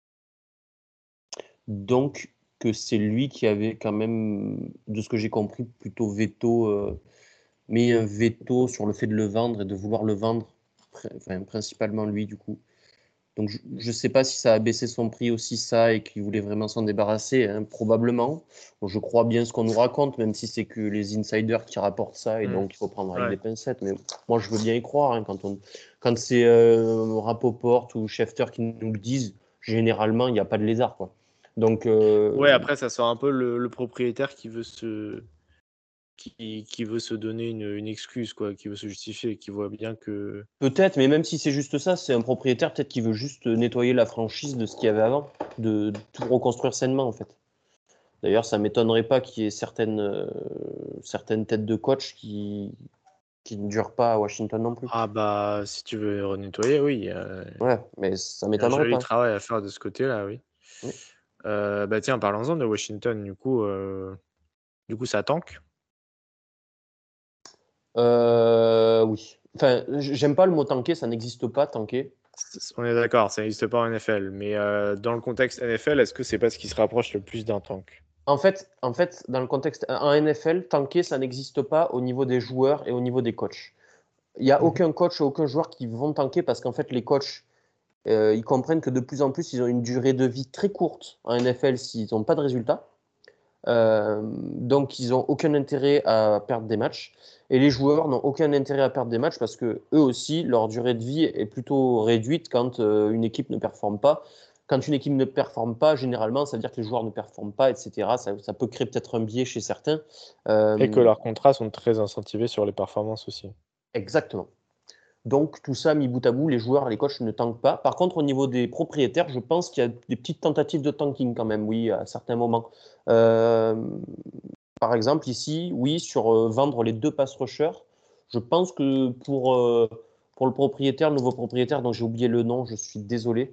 Donc, que c'est lui qui avait quand même, de ce que j'ai compris, plutôt veto, euh, mis un veto sur le fait de le vendre et de vouloir le vendre, pr- enfin, principalement lui, du coup. Donc, je ne sais pas si ça a baissé son prix aussi, ça, et qu'il voulait vraiment s'en débarrasser, hein, probablement. Bon, je crois bien ce qu'on nous raconte, même si c'est que les insiders qui rapportent ça, et mmh, donc il faut prendre avec ouais. des pincettes. Mais moi, je veux bien y croire, hein, quand, on, quand c'est euh, Rapoport ou Schefter qui nous le disent, généralement, il n'y a pas de lézard, quoi. Donc, euh, Ouais, après ça sort un peu le le propriétaire qui veut se qui qui veut se donner une une excuse quoi, qui veut se justifier, qui voit bien que peut-être, mais même si c'est juste ça, c'est un propriétaire peut-être qui veut juste nettoyer la franchise de ce qu'il y avait avant, de, de tout reconstruire sainement, en fait. D'ailleurs, ça ne m'étonnerait pas qu'il y ait certaines, euh, certaines têtes de coach qui, qui ne durent pas à Washington non plus. ah bah, si tu veux renettoyer, oui, il y a Ouais, mais ça ne il y a un m'étonnerait joli pas. travail à faire de ce côté-là, oui. Oui. Heu, bah, tiens, parlons-en de Washington du coup, heu, du coup ça tank? Euh, oui. Enfin, j- j'aime pas le mot tanker, ça n'existe pas, tanker. C On est d'accord, ça n'existe pas en N F L, mais heu, dans le contexte N F L, est-ce que c'est pas ce qui se rapproche le plus d'un tank? En fait, en fait, dans le contexte en N F L, tanker, ça n'existe pas au niveau des joueurs et au niveau des coachs. Il n'y a Mmh. aucun coach ou aucun joueur qui vont tanker parce qu'en fait, les coachs, euh, ils comprennent que de plus en plus, ils ont une durée de vie très courte en N F L s'ils n'ont pas de résultats. Euh, donc, ils n'ont aucun intérêt à perdre des matchs. Et les joueurs n'ont aucun intérêt à perdre des matchs parce que eux aussi, leur durée de vie est plutôt réduite quand euh, une équipe ne performe pas. Quand une équipe ne performe pas, généralement, ça veut dire que les joueurs ne performent pas, et cetera. Ça, ça peut créer peut-être un biais chez certains. Euh, Et que leurs contrats sont très incentivés sur les performances aussi. Exactement. Donc, tout ça mis bout à bout, les joueurs et les coachs ne tankent pas. Par contre, au niveau des propriétaires, je pense qu'il y a des petites tentatives de tanking quand même, oui, à certains moments. Euh, par exemple, ici, oui, sur euh, vendre les deux pass rushers, je pense que pour, euh, pour le propriétaire, le nouveau propriétaire, dont j'ai oublié le nom, je suis désolé.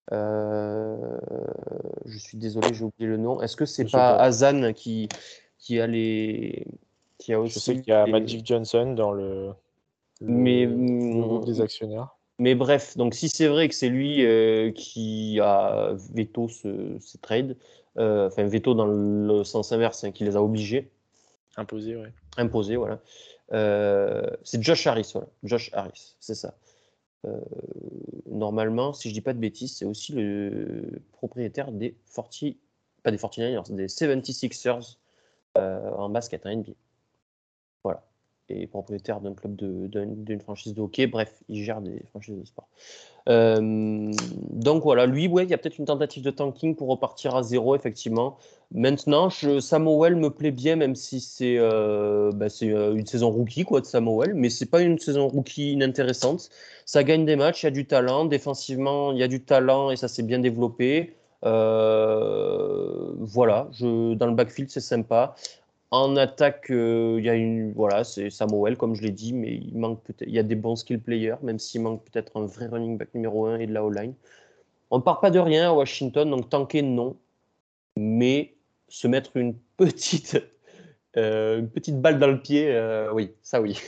Euh, je suis désolé, j'ai oublié le nom. Est-ce que c'est Je sais pas pas. Hazan qui, qui a les. Qui a aussi Je sais qu'il y a les- Magic Johnson dans le, le, Mais, le groupe des actionnaires. Mais bref, donc si c'est vrai que c'est lui euh, qui a veto ce, ces trades, euh, enfin veto dans le sens inverse, hein, qui les a obligés, Imposé, ouais. imposés, voilà. Euh, c'est Josh Harris, voilà. Josh Harris, c'est ça. Euh, normalement, si je dis pas de bêtises, c'est aussi le propriétaire des quarante, pas des quarante-neuf ers, des soixante-sixers euh, en basket, en N B A. Voilà. Et propriétaire d'un club de, d'un, d'une franchise de hockey. Bref, il gère des franchises de sport. Euh, donc voilà, lui, ouais, il y a peut-être une tentative de tanking pour repartir à zéro, effectivement. Maintenant, je, Samuel me plaît bien, même si c'est, euh, bah, c'est une saison rookie quoi, de Samuel, mais c'est pas une saison rookie inintéressante. Ça gagne des matchs, il y a du talent. Défensivement, il y a du talent et ça s'est bien développé. Euh, voilà, je, dans le backfield, c'est sympa. En attaque, il euh, y a une, voilà, c'est Samuel, comme je l'ai dit, mais il manque peut-être, il y a des bons skill players, même s'il manque peut-être un vrai running back numéro un et de la O-line. On ne part pas de rien à Washington, donc tanker, non. Mais se mettre une petite, euh, une petite balle dans le pied, euh, oui, ça oui.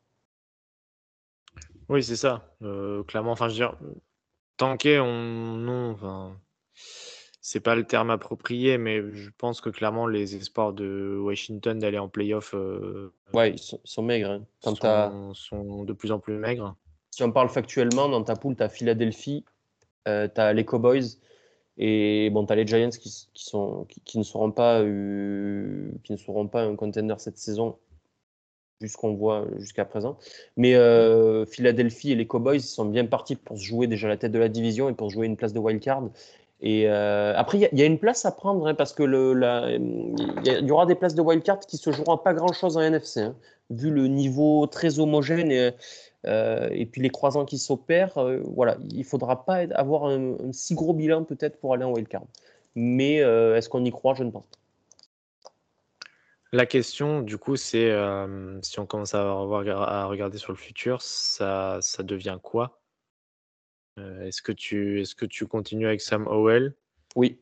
Oui, c'est ça. Euh, clairement, enfin, je veux dire, tanker, on... non, enfin, c'est pas le terme approprié, mais je pense que clairement, les espoirs de Washington d'aller en playoff euh, Ouais, ils sont, ils sont maigres. Hein. Quand sont, sont de plus en plus maigres. Si on parle factuellement, dans ta poule, tu as Philadelphie, euh, tu as les Cowboys, et bon, tu as les Giants qui, qui, sont, qui, qui, ne seront pas, euh, qui ne seront pas un contender cette saison, vu ce qu'on voit jusqu'à présent. Mais euh, Philadelphie et les Cowboys ils sont bien partis pour se jouer déjà la tête de la division et pour se jouer une place de wildcard. Et euh, après, il y, y a une place à prendre hein, parce que le, la, il y, y aura des places de wildcard qui se joueront pas grand-chose en N F C, hein, vu le niveau très homogène et, euh, et puis les croisants qui s'opèrent. Euh, voilà, il faudra pas avoir un, un si gros bilan peut-être pour aller en wildcard. Mais euh, est-ce qu'on y croit? Je ne pense pas. La question, du coup, c'est euh, si on commence à, revoir, à regarder sur le futur, ça, ça devient quoi? euh, Est-ce que tu, est-ce que tu continues avec Sam Howell? Oui.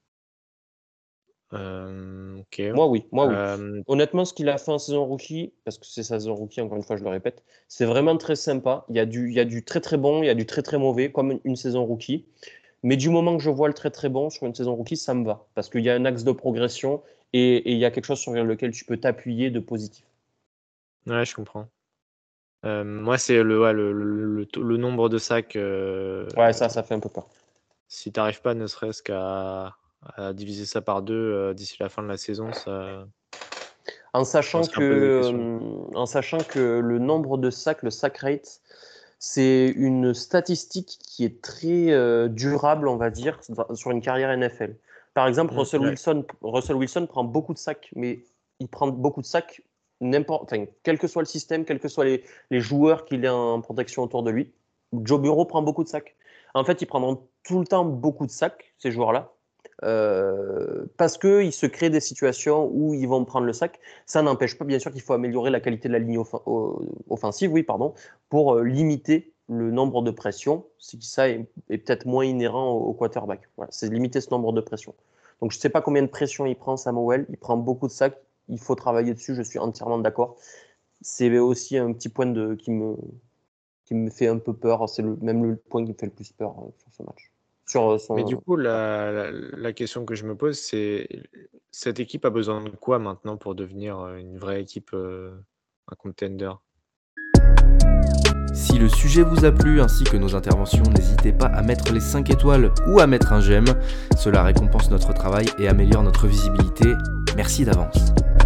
Euh, ok. Moi, oui. Moi, oui. Euh, Honnêtement, ce qu'il a fait en saison rookie, parce que c'est sa saison rookie, encore une fois, je le répète, c'est vraiment très sympa. Il y a du, il y a du très très bon, il y a du très très mauvais, comme une saison rookie. Mais du moment que je vois le très très bon sur une saison rookie, ça me va. Parce qu'il y a un axe de progression et, et il y a quelque chose sur lequel tu peux t'appuyer de positif. Ouais, je comprends. Euh, moi, c'est le, ouais, le, le, le, le nombre de sacs. Euh, ouais, ça, ça fait un peu peur. Si tu n'arrives pas, ne serait-ce qu'à à diviser ça par deux euh, d'ici la fin de la saison, ça. En sachant que, euh, en sachant que le nombre de sacs, le sack rate, c'est une statistique qui est très euh, durable, on va dire, sur une carrière N F L. Par exemple, mmh, Russell, ouais. Wilson, Russell Wilson prend beaucoup de sacs, mais il prend beaucoup de sacs, n'importe, enfin, quel que soit le système, quels que soient les, les joueurs qu'il a en protection autour de lui. Joe Burrow prend beaucoup de sacs. En fait, ils prendront tout le temps beaucoup de sacs, ces joueurs-là, euh, parce qu'ils se créent des situations où ils vont prendre le sac. Ça n'empêche pas, bien sûr, qu'il faut améliorer la qualité de la ligne off- offensive, oui, pardon, pour limiter le nombre de pressions. C'est que ça est, est peut-être moins inhérent au, au quarterback. Voilà, c'est limiter ce nombre de pressions. Donc, je ne sais pas combien de pressions il prend, Samuel. Il prend beaucoup de sacs. Il faut travailler dessus. Je suis entièrement d'accord. C'est aussi un petit point de, qui, me, qui me fait un peu peur. C'est le, même le point qui me fait le plus peur euh, sur ce match. Sur son... Mais du coup, la, la, la question que je me pose, c'est cette équipe a besoin de quoi maintenant pour devenir une vraie équipe, euh, un contender? Si le sujet vous a plu ainsi que nos interventions, n'hésitez pas à mettre les cinq étoiles ou à mettre un j'aime. Cela récompense notre travail et améliore notre visibilité. Merci. Merci d'avance.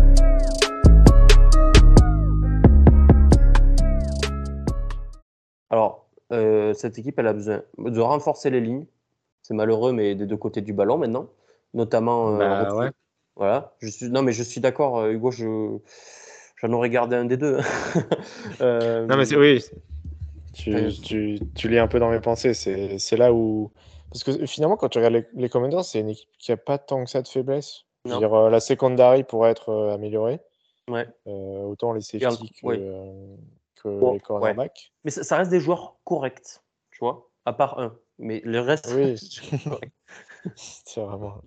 Alors, euh, cette équipe, elle a besoin de renforcer les lignes. C'est malheureux, mais des deux côtés du ballon maintenant, notamment euh, Bah recru- ouais. Voilà. Je suis... Non, mais je suis d'accord, euh, Hugo. Je... J'en aurais gardé un des deux. Euh, Non, mais c'est oui, tu, enfin, tu, tu lis un peu dans mes pensées. C'est c'est là où. Parce que finalement, quand tu regardes les, les Commanders, c'est une équipe qui a pas tant que ça de faiblesse. Je veux non. dire, euh, la secondary pourrait être euh, améliorée. Ouais. Euh, autant les Et en- safeties que, oui. euh, que Bon, les ouais. cornerbacks. Mais ça, ça reste des joueurs corrects, tu vois, à part un. Mais le reste, Oui, c'est correct. c'est vraiment.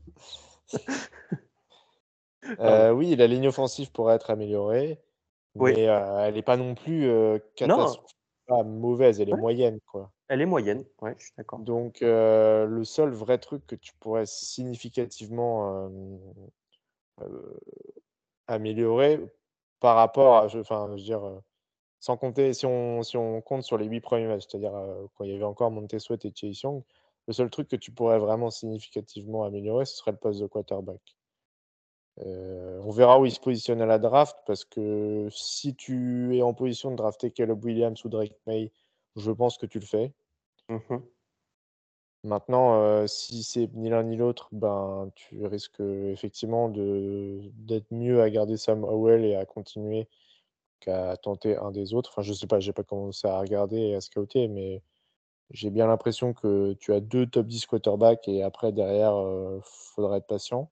Pardon. Euh, oui, la ligne offensive pourrait être améliorée, Oui. mais euh, elle n'est pas non plus euh, Non, catastrophique, pas mauvaise, elle est ouais, moyenne, quoi. elle est moyenne. Ouais, je suis d'accord. Donc, euh, le seul vrai truc que tu pourrais significativement euh, euh, améliorer par rapport à, je, enfin, je veux dire, euh, sans compter, si on, si on compte sur les huit premiers matchs, c'est-à-dire euh, quand il y avait encore Montez Sweat et Chase Young, le seul truc que tu pourrais vraiment significativement améliorer, ce serait le poste de quarterback. Euh, on verra où il se positionne à la draft parce que si tu es en position de drafter Caleb Williams ou Drake May, je pense que tu le fais. Mhm. Maintenant, euh, si c'est ni l'un ni l'autre, ben tu risques euh, effectivement de d'être mieux à garder Sam Howell et à continuer qu'à tenter un des autres. Enfin, je sais pas, j'ai pas commencé à regarder et à scouter, mais j'ai bien l'impression que tu as deux top dix quarterbacks et après derrière, euh, faudra être patient.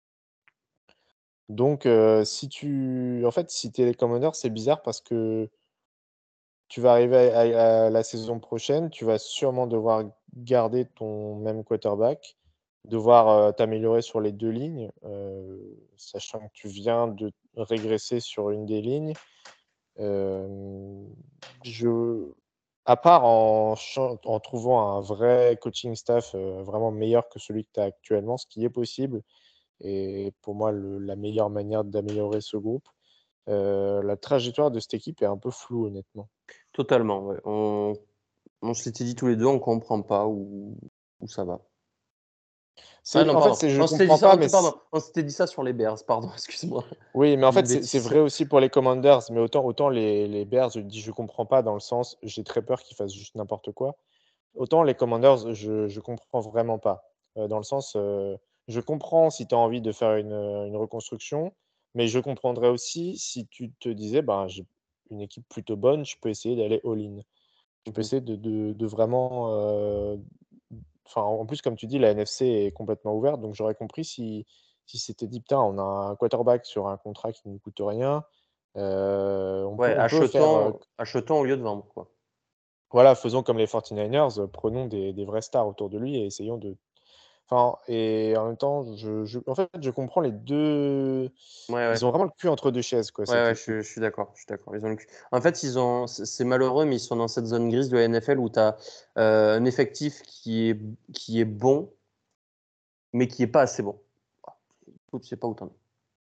Donc, heu, si tu en fait, si tu es les Commanders, c'est bizarre parce que tu vas arriver à à à la saison prochaine, tu vas sûrement devoir garder ton même quarterback, devoir, heu, t'améliorer sur les deux lignes, heu, sachant que tu viens de régresser sur une des lignes. Hem, je À part en chan en trouvant un vrai coaching staff, heu, vraiment meilleur que celui que tu as actuellement, ce qui est possible et pour moi le la meilleure manière d'améliorer ce groupe. Heu, la trajectoire de cette équipe est un peu floue honnêtement. Totalement, ouais. On, on s'était dit tous les deux, on comprend pas où, où ça va. Ah C'est non, en fait, pardon. c'est je On s'était dit comprends ça, pas, ok, mais c pardon. On s'était dit ça sur les Bears, pardon, excuse-moi. oui, mais en J'ai une fait, c'est c'est bêtise. vrai aussi pour les Commanders, mais autant autant les les Bears, je dis: «Je comprends pas» dans le sens, j'ai très peur qu'ils fassent juste n'importe quoi. Autant les Commanders, je je comprends vraiment pas. Heu, dans le sens, heu, je comprends si tu as envie de faire une, heu, une reconstruction, mais je comprendrais aussi si tu te disais: «Ben, j'ai une équipe plutôt bonne, je peux essayer d'aller all-in». Je peux Mhm. essayer de de de vraiment, heu, enfin, en plus, comme tu dis, la N F C est complètement ouverte, donc j'aurais compris si si c'était dit: «Putain, on a un quarterback sur un contrat qui ne nous coûte rien, heu, on peut Ouais, on peut faire, heu, achetons, achetons au lieu de vendre, quoi. voilà, faisons comme les forty-niners, heu, prenons des des vraies stars autour de lui et essayons de». Enfin et en même temps, je je en fait, je comprends les deux. Ouais, ouais. Ils ont vraiment le cul entre deux chaises, quoi, Ouais, cette ouais, je, équipe. suis je suis d'accord, je suis d'accord. Ils ont le cul. En fait, ils ont, c'est c'est malheureux, mais ils sont dans cette zone grise de la N F L où tu as un effectif qui est, qui est bon, mais qui est pas assez bon. Écoute, je sais pas où t'en es.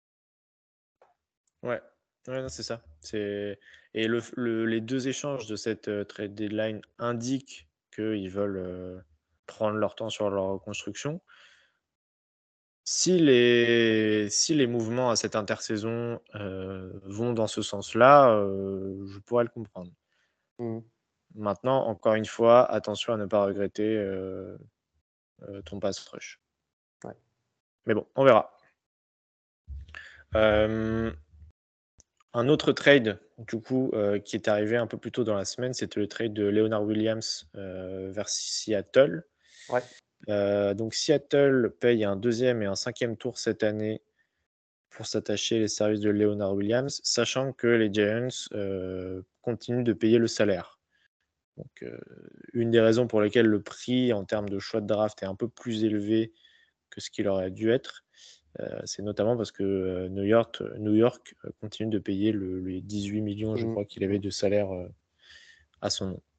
Ouais, ouais, non, c'est ça. C'est et le f le les deux échanges de cette, heu, trade deadline indiquent qu'ils veulent, heu, prendre leur temps sur leur reconstruction. Si les si les mouvements à cette intersaison, heu, vont dans ce sens-là, heu, je pourrais le comprendre. Mhm. Maintenant, encore une fois, attention à ne pas regretter, heu heu, ton pass rush. Ouais. Mais bon, on verra. Hem, un autre trade, du coup, heu, qui est arrivé un peu plus tôt dans la semaine, c'était le trade de Leonard Williams, heu, vers Seattle. Ouais. Heu, donc Seattle paye un deuxième et un cinquième tour cette année pour s'attacher les services de Leonard Williams, sachant que les Giants, heu, continuent de payer le salaire. Donc, heu, une des raisons pour lesquelles le prix en termes de choix de draft est un peu plus élevé que ce qu'il aurait dû être, heu, c'est notamment parce que, heu, New York New York, heu, continue de payer le les dix-huit millions, je Mhm. crois qu'il avait de salaire, heu, à son nom.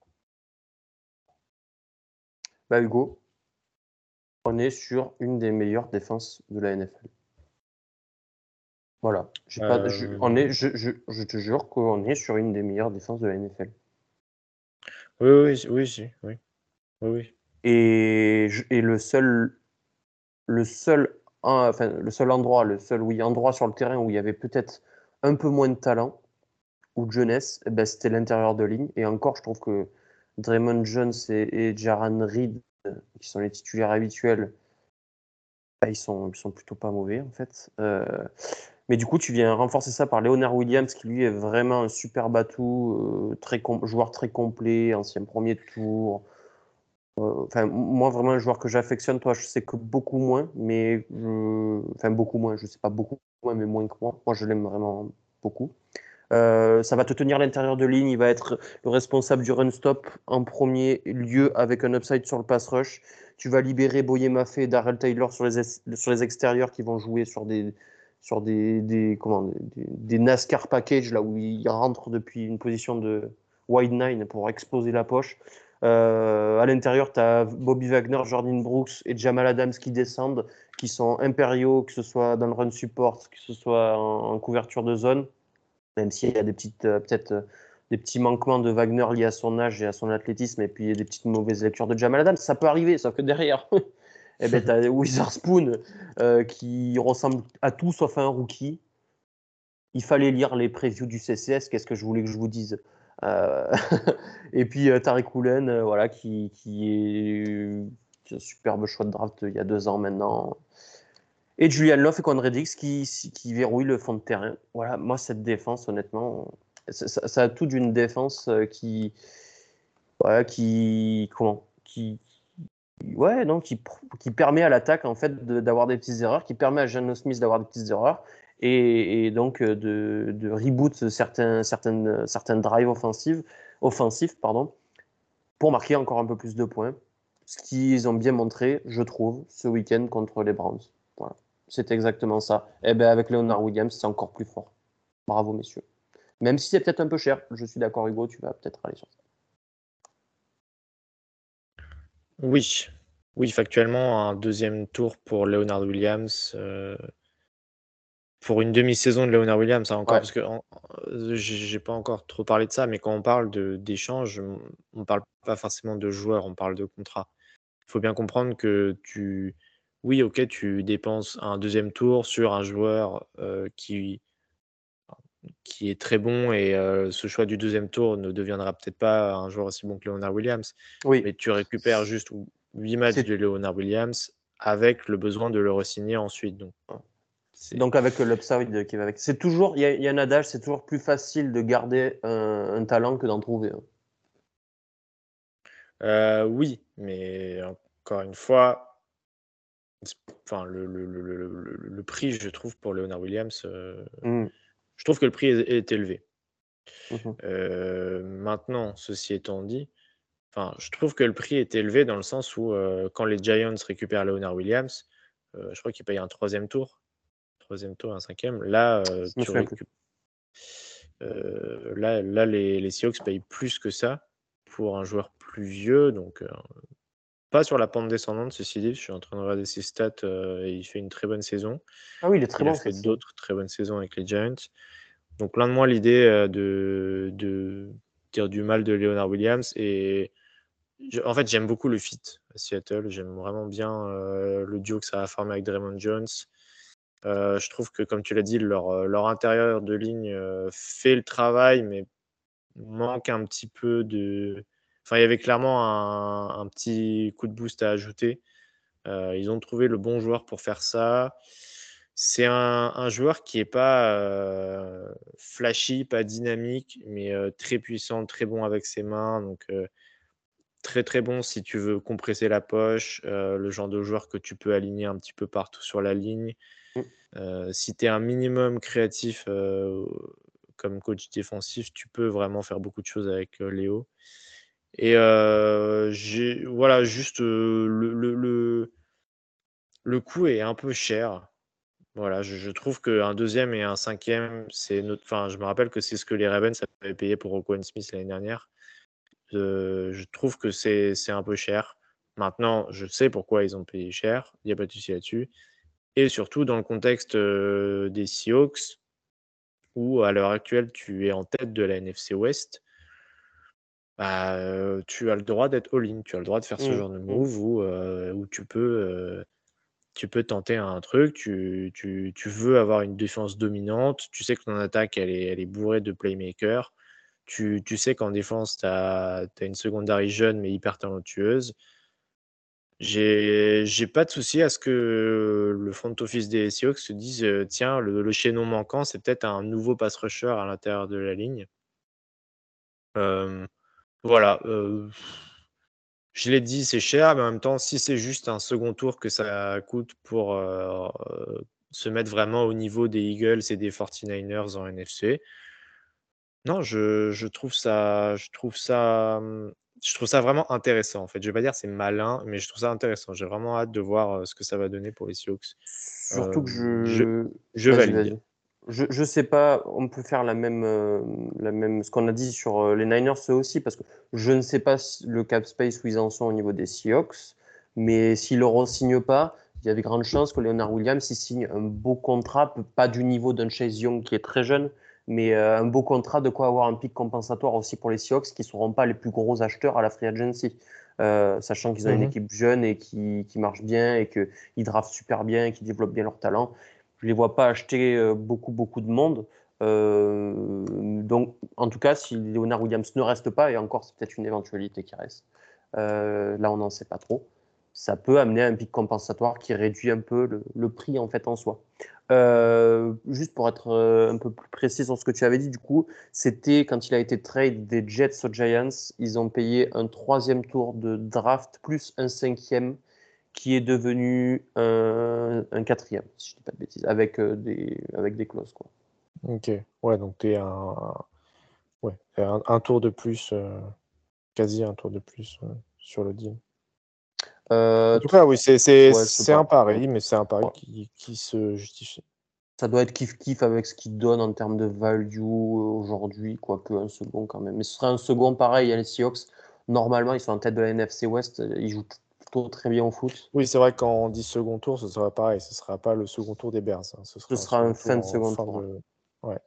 Bah, Hugo, on est sur une des meilleures défenses de la N F L. Voilà. J'ai pas, je, on Hem, est, je, je, je te jure qu'on est sur une des meilleures défenses de la N F L. oui, oui, oui, si, oui. Oui, oui. Et, je- et le seul, le seul un- enfin, le seul endroit, le seul oui, endroit sur le terrain où il y avait peut-être un peu moins de talent ou de jeunesse, eh ben, c'était l'intérieur de ligne. Et encore, je trouve que Draymond Jones et, et Jaran Reed, euh, qui sont les titulaires habituels, bah, ils sont, ils sont plutôt pas mauvais en fait. Euh, mais du coup, tu viens renforcer ça par Leonard Williams, qui lui est vraiment un super batou, euh, très com- joueur très complet, ancien premier tour. Euh, Enfin, moi, vraiment, un joueur que j'affectionne, toi, je sais que beaucoup moins, mais je... enfin, beaucoup moins, je sais pas beaucoup moins, mais moins que moi. Moi, je l'aime vraiment beaucoup. Euh, ça va te tenir l'intérieur de ligne, il va être le responsable du run stop en premier lieu avec un upside sur le pass rush. Tu vas libérer Boye Maffé et Darrell Taylor sur les, es- sur les extérieurs qui vont jouer sur des, sur des, des, comment, des, des NASCAR package, là où ils rentrent depuis une position de wide nine pour exploser la poche. Euh, à l'intérieur, tu as Bobby Wagner, Jordan Brooks et Jamal Adams qui descendent, qui sont impériaux, que ce soit dans le run support, que ce soit en, en couverture de zone, même s'il y a des petites, euh, peut-être euh, des petits manquements de Wagner liés à son âge et à son athlétisme, et puis des petites mauvaises lectures de Jamal Adams, ça peut arriver, sauf que derrière, eh ben, tu as Witherspoon euh, qui ressemble à tout sauf à un rookie. Il fallait lire les previews du C C S, qu'est-ce que je voulais que je vous dise. Euh, et puis euh, Tariq Woolen, euh, voilà, qui, qui est qui est un superbe choix de draft il y a deux ans maintenant. Et Julian Love et Conrad Dix qui, qui verrouillent le fond de terrain. Voilà, moi, cette défense, honnêtement, ça, ça- ça a tout d'une défense euh, qui, voilà, qui, comment, qui, ouais, non, qui, pr- qui permet à l'attaque, en fait, de- d'avoir des petites erreurs, qui permet à Jano Smith d'avoir des petites erreurs, et, et donc euh, de, de reboot certains, certaines, certains drives offensifs, offensifs, pardon, pour marquer encore un peu plus de points. Ce qu'ils ont bien montré, je trouve, ce week-end contre les Browns. Voilà. C'est exactement ça. Et ben avec Leonard Williams, c'est encore plus fort. Bravo, messieurs. Même si c'est peut-être un peu cher, je suis d'accord, Hugo, tu vas peut-être aller sur ça. Oui, oui, factuellement, un deuxième tour pour Leonard Williams. euh, Pour une demi-saison de Leonard Williams, hein, encore, Ouais. parce que en- euh, j'ai j'ai pas encore trop parlé de ça, mais quand on parle de d'échange, on on parle pas forcément de joueurs, on parle de contrat. Il faut bien comprendre que tu, oui, ok, tu dépenses un deuxième tour sur un joueur euh, qui, qui est très bon et euh, ce choix du deuxième tour ne deviendra peut-être pas un joueur aussi bon que Leonard Williams, Oui, mais tu récupères juste huit matchs c'est de Leonard Williams avec le besoin de le re-signer ensuite. Donc, c'est donc avec l'upside qui va avec. C'est toujours, il y, a- il y a un adage, c'est toujours plus facile de garder un, un talent que d'en trouver un. Euh, oui, mais encore une fois, c'est- enfin, le, le, le, le, le- le prix, je trouve, pour Leonard Williams, euh, Mm. je trouve que le prix est, est élevé. Mhm. Euh, maintenant, ceci étant dit, enfin, je trouve que le prix est élevé dans le sens où euh, quand les Giants récupèrent Leonard Williams, euh, je crois qu'ils payent un troisième tour, troisième tour, un cinquième. Là, euh, Je me tu souviens plus. récup- euh, là, là, les, les Seahawks payent plus que ça pour un joueur plus vieux, donc euh, pas sur la pente descendante, ceci dit. Je suis en train de regarder ses stats euh, et il fait une très bonne saison. Ah oui, il est très Il a bon fait cette saison. d'autres très bonnes saisons avec les Giants. Donc, loin de moi l'idée euh, de, de dire du mal de Leonard Williams. Et je- en fait, j'aime beaucoup le fit à Seattle. J'aime vraiment bien euh, le duo que ça a formé avec Draymond Jones. Euh, je trouve que, comme tu l'as dit, leur, euh, leur intérieur de ligne euh, fait le travail, mais manque un petit peu de. Enfin, il y avait clairement un, un petit coup de boost à ajouter. Euh, ils ont trouvé le bon joueur pour faire ça. C'est un, un joueur qui n'est pas euh, flashy, pas dynamique, mais euh, très puissant, très bon avec ses mains. Donc, euh, très très bon si tu veux compresser la poche, euh, le genre de joueur que tu peux aligner un petit peu partout sur la ligne. Mm. Euh, si tu es un minimum créatif euh, comme coach défensif, tu peux vraiment faire beaucoup de choses avec euh, Léo. Et euh, j'ai voilà, juste euh, le, le, le, le coût est un peu cher. Voilà, je, je trouve qu'un deuxième et un cinquième, c'est notre. Enfin, je me rappelle que c'est ce que les Ravens avaient payé pour Roquan Smith l'année dernière. Euh, je trouve que c'est c'est un peu cher. Maintenant, je sais pourquoi ils ont payé cher, il n'y a pas de souci là-dessus. Et surtout dans le contexte euh, des Seahawks, où à l'heure actuelle, tu es en tête de la N F C West, bah, euh, tu as le droit d'être all-in, tu as le droit de faire ce Mm. genre de Mm. move où, euh, où tu peux euh, tu peux tenter un truc, tu tu tu veux avoir une défense dominante, tu sais que ton attaque, elle est elle est bourrée de playmakers. Tu tu sais qu'en défense, tu as une secondary jeune mais hyper talentueuse. J'ai j'ai pas de souci à ce que le front office des Seahawks se dise, heu: «Tiens, le le chaînon manquant, c'est peut-être un nouveau pass rusher à l'intérieur de la ligne». Hem, voilà, heu, je l'ai dit, c'est cher, mais en même temps, si c'est juste un second tour que ça coûte pour, heu, se mettre vraiment au niveau des Eagles et des forty-niners en N F C, non, je je trouve ça je trouve ça, mmh, je trouve ça vraiment intéressant, en fait. Je vais pas dire c'est malin, mais je trouve ça intéressant. J'ai vraiment hâte de voir, heu, ce que ça va donner pour les Seahawks. Surtout que Hem, je je je vas-y, valide. vas-y. Je je sais pas, on peut faire la même, hem, la même ce qu'on a dit sur, heu, les Niners, eux aussi, parce que je ne sais pas s le cap space où ils en sont au niveau des Seahawks, mais s'ils le re-signent pas, il y a des grandes chances que Leonard Williams, il signe un beau contrat, p pas du niveau d'un Chase Young qui est très jeune, mais, heu, un beau contrat, de quoi avoir un pic compensatoire aussi pour les Seahawks qui seront pas les plus gros acheteurs à la free agency. Heu, sachant qu'ils ont une Mmh. équipe jeune et qui qui marche bien et qu'ils draftent super bien et qui développent bien leur talent. Je les vois pas acheter euh, beaucoup, beaucoup de monde. Euh, donc, en tout cas, si Leonard Williams ne reste pas, et encore, c'est peut-être une éventualité qui reste, euh, là, on n'en sait pas trop, ça peut amener à un pic compensatoire qui réduit un peu le, le prix en fait en soi. Euh, juste pour être euh, un peu plus précis sur ce que tu avais dit, du coup, c'était quand il a été trade des Jets aux Giants, ils ont payé un troisième tour de draft plus un cinquième qui est devenu un, un quatrième, si je ne dis pas de bêtises, avec, euh, des, avec des clauses. Quoi. OK. Ouais, donc tu es un ouais, tu un un tour de plus, heu, quasi un tour de plus, heu, sur le deal. En Euh, tout cas, oui, c'est c'est ouais, je sais c'est un pas. pari, mais c'est un pari Ouais. qui qui se justifie. Ça doit être kiff-kiff avec ce qu'il donne en termes de value euh, aujourd'hui, quoique un second quand même. Mais ce serait un second pareil, hein, les Seahawks. Normalement, ils sont en tête de la N F C West, euh, ils jouent plutôt très bien au foot. Oui, c'est vrai que quand on dit second tour, ce sera pareil, ce sera pas le second tour des Bears, hein, ce Ce sera un sera un second tour fin de en second fin tour. de ouais.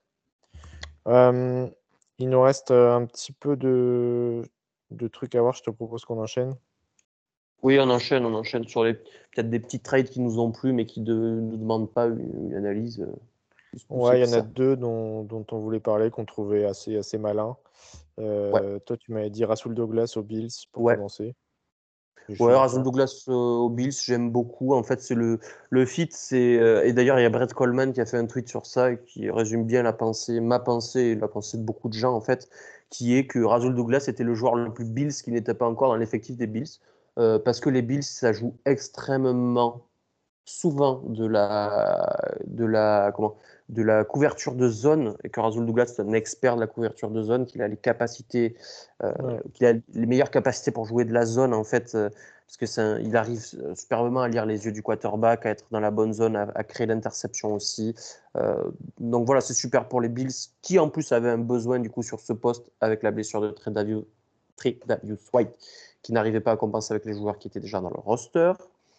Hem, il nous reste, heu, un petit peu de de trucs à voir, je te propose qu'on enchaîne. Oui, on enchaîne, on enchaîne sur les peut-être des petits trades qui nous ont plu, mais qui ne nous demandent pas une, une analyse euh, plus poussée Ouais, il que y en a ça. deux dont dont on voulait parler, qu'on trouvait assez assez malins. Ouais, Heu, toi, tu m'avais dit Rasul Douglas aux Bills pour ouais. commencer. Je suis Ouais, Russell d'accord. Douglas euh, aux Bills, j'aime beaucoup. En fait, c'est le, le fit. C'est, euh, et d'ailleurs, il y a Brett Coleman qui a fait un tweet sur ça et qui résume bien la pensée, ma pensée et la pensée de beaucoup de gens, en fait, qui est que Russell Douglas était le joueur le plus Bills qui n'était pas encore dans l'effectif des Bills. Euh, parce que les Bills, ça joue extrêmement souvent de la, de la, comment, de la couverture de zone, et que Rasul Douglas est un expert de la couverture de zone, qu'il a les capacités, euh, Ouais. qu'il a les meilleures capacités pour jouer de la zone, en fait, euh, parce que c'est un- il arrive euh, superbement à lire les yeux du quarterback, à être dans la bonne zone, à, à créer l'interception aussi. Euh, donc voilà, c'est super pour les Bills, qui en plus avaient un besoin du coup sur ce poste avec la blessure de Tredavious Tredavious White, qui n'arrivait pas à compenser avec les joueurs qui étaient déjà dans le roster.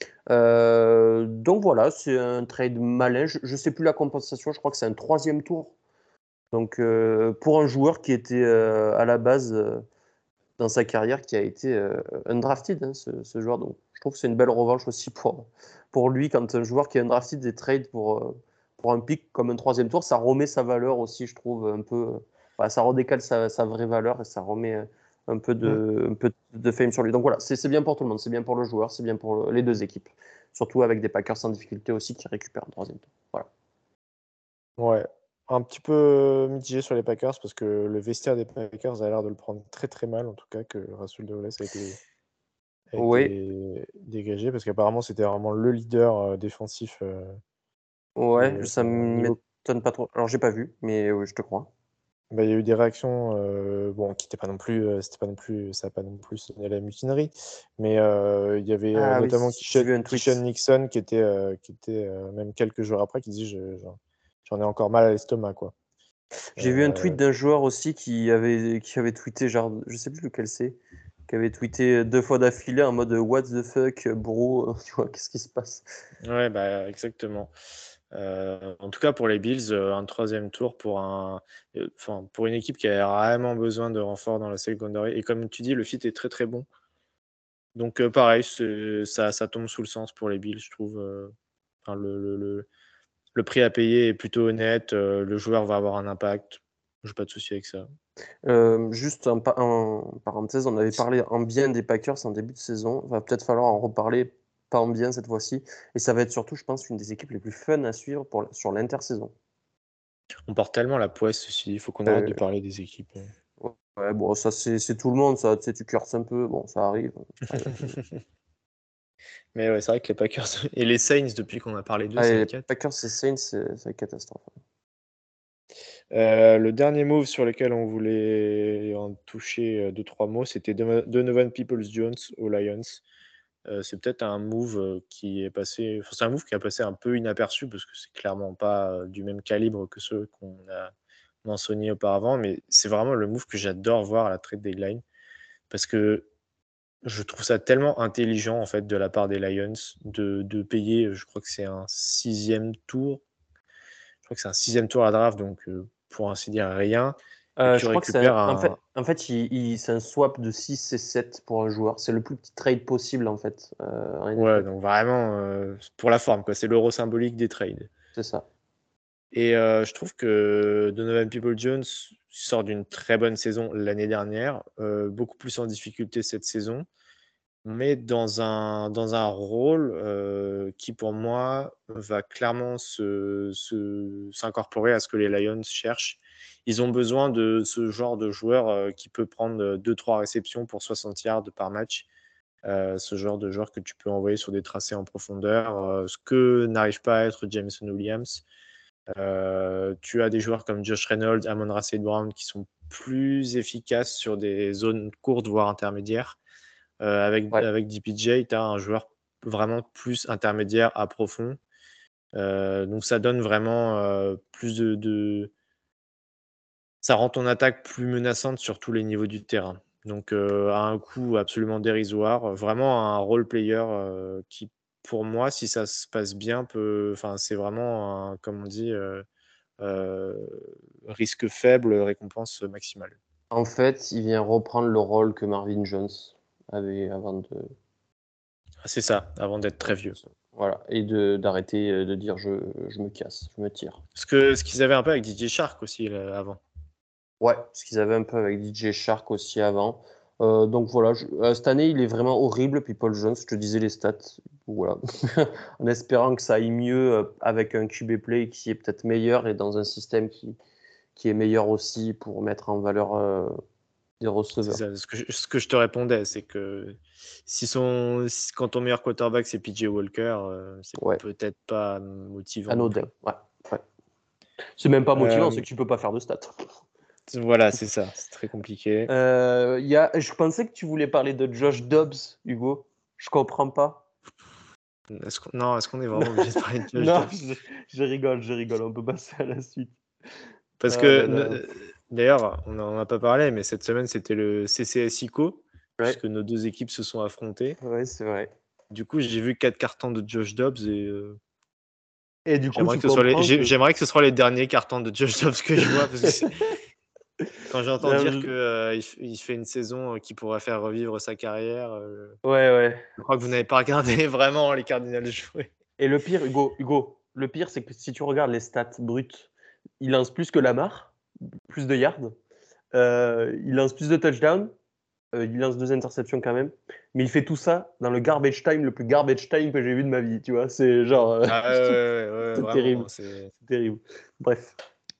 Euh, donc voilà, c'est un trade malin. Je ne sais plus la compensation, je crois que c'est un troisième tour. Donc euh, pour un joueur qui était euh, à la base euh, dans sa carrière, qui a été euh, undrafted, hein, ce, ce joueur. Donc je trouve que c'est une belle revanche aussi pour, pour lui quand un joueur qui est undrafted des trades pour, euh, pour un pick comme un troisième tour, ça remet sa valeur aussi, je trouve, un peu. euh, voilà, ça redécale sa, sa vraie valeur et ça remet euh, un peu Mmh. de, un peu de fame sur lui. Donc voilà, c'est c'est bien pour tout le monde, c'est bien pour le joueur, c'est bien pour le- les deux équipes. Surtout avec des Packers sans difficulté aussi qui récupèrent un troisième tour. Voilà. Ouais, un petit peu mitigé sur les Packers parce que le vestiaire des Packers a l'air de le prendre très, très mal, en tout cas, que Rasul Douglas a été a Oui, été dégagé parce qu'apparemment c'était vraiment le leader, heu, défensif, heu ouais, heu, ça niveau m'étonne pas trop. Alors j'ai pas vu, mais oui, je te crois. bah, il y a eu des réactions, heu, bon, qui étaient pas non plus, heu, c'était pas non plus ça a pas non plus sonné la mutinerie, mais heu, il y avait, heu, Ah oui, notamment j'ai Kishan vu un Kishan tweet. Nixon qui était, heu, qui était, heu, même quelques jours après, qui dit: «Je j'en j'en ai encore mal à l'estomac», quoi. J'ai vu un tweet Heu, d'un joueur aussi qui avait, qui avait tweeté, genre, je sais plus lequel c'est, qui avait tweeté deux fois d'affilée en mode What the fuck, bro, tu vois, qu'est-ce qui se passe? ouais, bah, exactement. Heu, en tout cas pour les Bills, heu, un troisième tour pour un heu, enfin, pour une équipe qui a vraiment besoin de renforts dans la secondary et comme tu dis, le fit est très, très bon. Donc euh, pareil, c'est- ça, ça tombe sous le sens pour les Bills, je trouve. euh, enfin, le, le, le, le prix à payer est plutôt honnête. euh, le joueur va avoir un impact. J'ai pas de souci avec ça. Euh, juste en, pa- en parenthèse, on avait parlé en bien des Packers en début de saison. Va peut-être falloir en reparler, pas en bien cette fois-ci. Et ça va être surtout, je pense, une des équipes les plus fun à suivre pour, sur l'intersaison. On porte tellement la poisse aussi. Il faut qu'on arrête Euh, de parler des équipes. ouais, bon, ça c'est c'est tout le monde, ça, tu sais, tu curses un peu, bon, ça arrive. Mais ouais, c'est vrai que les Packers et les Saints, depuis qu'on a parlé d'eux, Allez, c'est les inquiète. Packers et Saints, c'est c'est une catastrophe. Euh, le dernier move sur lequel on voulait en toucher euh, deux, trois mots, c'était Dono- Donovan Peoples-Jones aux Lions. Euh, c'est peut-être un move euh, qui est passé. Enfin, c'est un move qui a passé un peu inaperçu parce que c'est clairement pas euh, du même calibre que ceux qu'on a mentionnés auparavant, mais c'est vraiment le move que j'adore voir à la trade deadline parce que je trouve ça tellement intelligent en fait de la part des Lions de, de payer. Je crois que c'est un sixième tour. Je crois que c'est un sixième tour à la draft, donc euh, pour ainsi dire rien. Et Euh, tu je crois que c'est récupères un- en fait, un. en fait il, il- c'est un swap de six et sept pour un joueur. C'est le plus petit trade possible en fait. euh, en Ouais, N F L. donc vraiment euh, pour la forme, quoi. C'est l'euro symbolique des trades. C'est ça. Et euh, je trouve que Donovan Peoples-Jones sort d'une très bonne saison l'année dernière, euh, beaucoup plus en difficulté cette saison, mais dans un, dans un rôle euh, qui, pour moi, va clairement se, se- s'incorporer à ce que les Lions cherchent. Ils ont besoin de ce genre de joueur euh, qui peut prendre deux trois réceptions pour soixante yards par match. Euh, ce genre de joueur que tu peux envoyer sur des tracés en profondeur, euh, ce que n'arrive pas à être Jameson Williams. Euh, tu as des joueurs comme Josh Reynolds, Amon-Ra Saint Brown qui sont plus efficaces sur des zones courtes, voire intermédiaires. Euh, avec, Ouais. avec D P J, tu as un joueur vraiment plus intermédiaire à profond. Euh, donc ça donne vraiment euh, plus de, de- Ça rend ton attaque plus menaçante sur tous les niveaux du terrain. Donc euh, à un coût absolument dérisoire. Vraiment un role player euh, qui, pour moi, si ça se passe bien, peut... Enfin, c'est vraiment, un, comme on dit... euh, euh, risque faible, récompense maximale. En fait, il vient reprendre le rôle que Marvin Jones avait avant de. Ah, c'est ça, avant d'être très vieux. Voilà. Et de d'arrêter euh, de dire je, je me casse, je me tire. Ce que ce qu'ils avaient un peu avec D J Shark aussi là, avant. Ouais, ce qu'ils avaient un peu avec D J Shark aussi avant. Euh, donc voilà, je- euh, cette année, il est vraiment horrible. Puis Paul Jones, je te disais les stats. Voilà. En espérant que ça aille mieux euh, avec un Q B play qui est peut-être meilleur et dans un système qui, qui est meilleur aussi pour mettre en valeur euh, des C'est receveurs. ça, ce, que je, ce que je te répondais, c'est que si son, si- quand ton meilleur quarterback c'est P J Walker, euh, c'est Ouais, peut-être pas motivant non anodin. plus. Ouais, ouais. C'est même pas motivant, c'est Euh, que tu peux pas faire de stats. voilà, c'est ça, c'est très compliqué. Euh, il y a... Je pensais que tu voulais parler de Josh Dobbs, Hugo. Je comprends pas. Est-ce qu'on, non, est-ce qu'on est vraiment obligé de parler de Josh Non, Dobbs je, je rigole, je rigole. On peut passer à la suite. Parce Ah que, là là. ne- d'ailleurs, on n'en a pas parlé, mais cette semaine c'était le C C S I C O, Ouais, puisque nos deux équipes se sont affrontées. ouais, c'est vrai. Du coup, j'ai vu quatre cartons de Josh Dobbs et euh, Et du coup, j'aimerais tu que ce soit les, comprends j'ai- que. j'aimerais que ce soit les derniers cartons de Josh Dobbs que je vois parce que c'est- quand j'entends Non, dire je- que euh, il, f- il fait une saison euh, qui pourrait faire revivre sa carrière, euh, Ouais, ouais. je crois que vous n'avez pas regardé vraiment les Cardinals jouer. Et le pire, Hugo, Hugo, le pire, c'est que si tu regardes les stats brutes, il lance plus que Lamar, plus de yards. Euh, il lance plus de touchdowns. Euh, il lance deux interceptions quand même. Mais il fait tout ça dans le garbage time, le plus garbage time que j'ai vu de ma vie. Tu vois, c'est genre. euh, Ah ouais, ouais, ouais, ouais, c'est vraiment, terrible. c'est C'est terrible. Bref.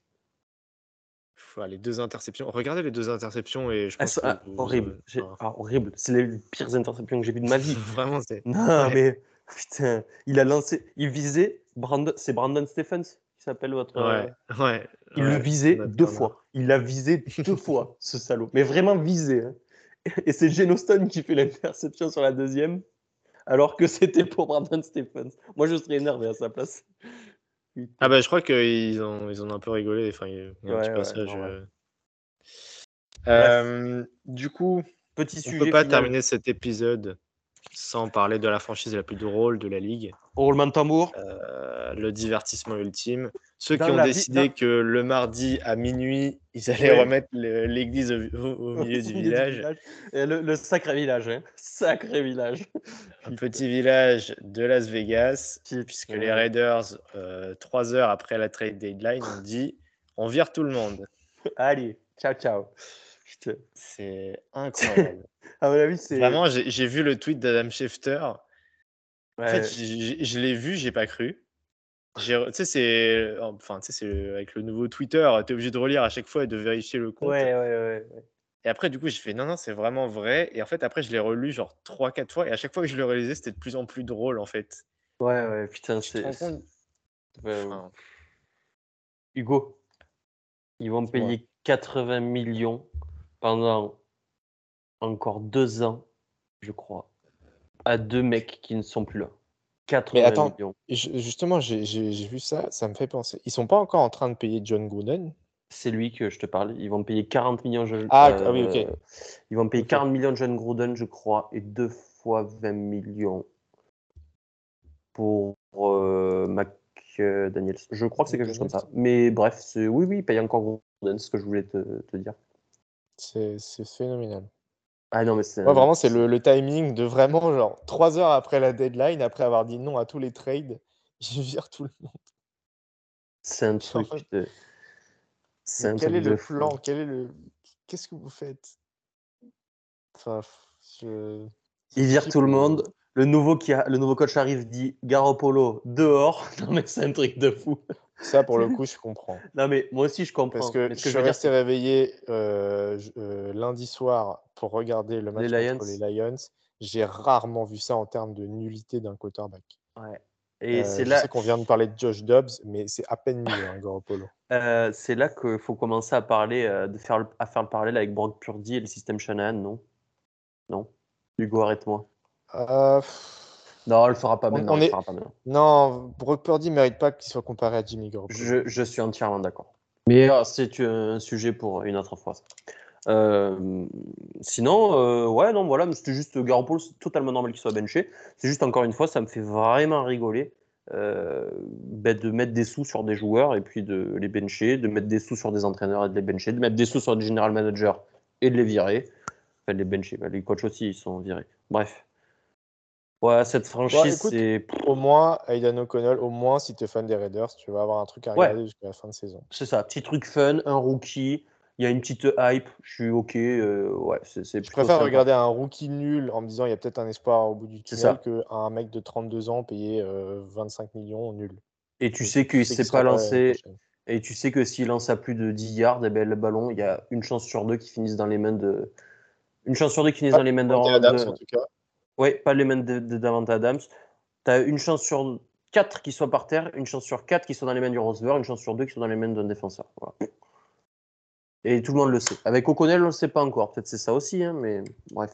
Pff, ouais, les deux interceptions. Regardez les deux interceptions et je Ah, pense ça- que ah, vous, vous horrible. aurez- J'ai- enfin, ah, horrible. C'est les pires interceptions que j'ai vues de ma vie. vraiment, c'est. Non, Ouais, mais putain, il a lancé, il visait Brandon, c'est Brandon Stephens qui s'appelle votre. euh, ouais, ouais, Il le ouais, visait notre deux corner. fois. Il l'a visé deux fois, ce salaud. Mais vraiment visé. Hein. Et c'est Geno Stone qui fait l'interception sur la deuxième, alors que c'était pour Brandon Stephens. Moi, je serais énervé à sa place. Putain. Ah bah je crois qu'ils ont, ils ont un peu rigolé. Enfin, il y a il y a un petit Ouais, ouais, passage. normal. euh. Bref, Euh, du coup, petit on peut sujet pas final. terminer cet épisode Sans parler de la franchise la plus drôle de la ligue. Roulement de tambour. Euh, le divertissement ultime. Ceux Dans qui ont la vie- décidé dans- que le mardi à minuit, ils allaient Ouais. remettre le- l'église au, au- au milieu du village. Et le, le sacré village, hein. Sacré village. Un petit village de Las Vegas, Putain. puisque les Raiders, euh, trois heures après la trade deadline, ont dit on vire tout le monde. Allez, ciao, ciao. Putain. C'est incroyable. À mon avis, c'est. Vraiment, j'ai j'ai vu le tweet d'Adam Schefter. En fait, Ouais. j'ai- j'ai- je l'ai vu, j'ai pas cru. J'ai- Tu sais, c'est enfin, tu sais, c'est avec le nouveau Twitter, tu es obligé de relire à chaque fois et de vérifier le compte. Ouais, ouais, ouais. ouais. Et après, du coup, j'ai fait non, non, c'est vraiment vrai. Et en fait, après, je l'ai relu genre trois quatre fois. Et à chaque fois que je le réalisais, c'était de plus en plus drôle, en fait. Ouais, ouais, putain, Tu te c'est. rends compte Ouais, Enfin, Hugo, ils vont Dis-moi. payer quatre-vingts millions pendant encore deux ans, je crois, à deux mecs qui ne sont plus là. quatre-vingts attends. millions. ju- justement, j'ai j'ai- j'ai vu ça, ça me fait penser. Ils sont pas encore en train de payer John Gruden? C'est lui que je te parle. Ils vont payer quarante millions. Je, Ah, euh, ah oui, ok. Ils vont payer Ok. quarante millions de John Gruden, je crois, et deux fois vingt millions pour euh, McDaniels. Je crois que c'est quelque chose comme ça. Mais bref, c'est- oui, oui, ils payent encore Gruden, c'est ce que je voulais te, te dire. C'est c'est phénoménal. Ah non, mais c'est. Ouais, vraiment, c'est le, le timing de vraiment, genre, trois heures après la deadline, après avoir dit non à tous les trades, je vire tout le monde. C'est un truc Genre, de. C'est Mais un quel truc est de le fou. plan? Quel est le... Qu'est-ce que vous faites? Enfin, je... Ils virent qui tout le peut- monde. Le nouveau, qui a, le nouveau coach arrive, dit Garoppolo dehors. Non, mais c'est un truc de fou. Ça, pour le coup, je comprends. Non, mais moi aussi, je comprends. Parce que mais ce je que je suis veux dire, resté c'est réveillé euh, je- euh, lundi soir pour regarder le match Les contre les Lions. J'ai rarement vu ça en termes de nullité d'un quarterback. ouais. Et Euh, c'est je là, sais qu'on vient de parler de Josh Dobbs, mais c'est à peine mieux, hein, Garoppolo. euh, c'est là qu'il faut commencer à parler, euh, de faire le, à faire le parallèle avec Brock Purdy et le système Shanahan, non? Non. Hugo, arrête-moi. Euh, pff, Non, on le fera pas on, maintenant. on on le est... fera pas maintenant. Non, Brock Purdy ne mérite pas qu'il soit comparé à Jimmy Garoppolo. Je, je suis entièrement d'accord. Mais euh, c'est un sujet pour une autre fois. ça. Euh, sinon, euh, ouais, non, voilà, mais c'était juste Garoppolo, c'est totalement normal qu'il soit benché. C'est juste, encore une fois, ça me fait vraiment rigoler euh, ben, de mettre des sous sur des joueurs et puis de les bencher, de mettre des sous sur des entraîneurs et de les bencher, de mettre des sous sur des general managers et de les virer. Enfin, de les bencher, ben, les coachs aussi, ils sont virés. Bref. Ouais, cette Bon, franchise, écoute, c'est. au moins, Aidan O'Connell, au moins, si tu es fan des Raiders, tu vas avoir un truc à Ouais. regarder jusqu'à la fin de saison. C'est ça, petit truc fun, un rookie, il y a une petite hype, je suis ok, euh, ouais, c'est c'est Je plutôt préfère sympa. regarder un rookie nul en me disant il y a peut-être un espoir au bout du C'est tunnel ça. qu'un mec de trente-deux ans payé euh, vingt-cinq millions nul. Et tu Et sais qu'il ne sais s'est sera pas pas là l'année lancé, prochaine. et tu sais que s'il lance à plus de dix yards, eh ben, le ballon, il y a une chance sur deux qui finissent dans les mains de. Une chance sur deux qui finissent Pas dans les mains de. Davante Adams, de- en tout cas. Ouais, pas les mains de, de Davante Adams. Tu as une chance sur quatre qui soient par terre, une chance sur quatre qui soient dans les mains du receveur, une chance sur deux qui sont dans les mains d'un défenseur. Voilà. Et tout le monde le sait. Avec O'Connell, on ne le sait pas encore. Peut-être c'est ça aussi, hein, mais bref.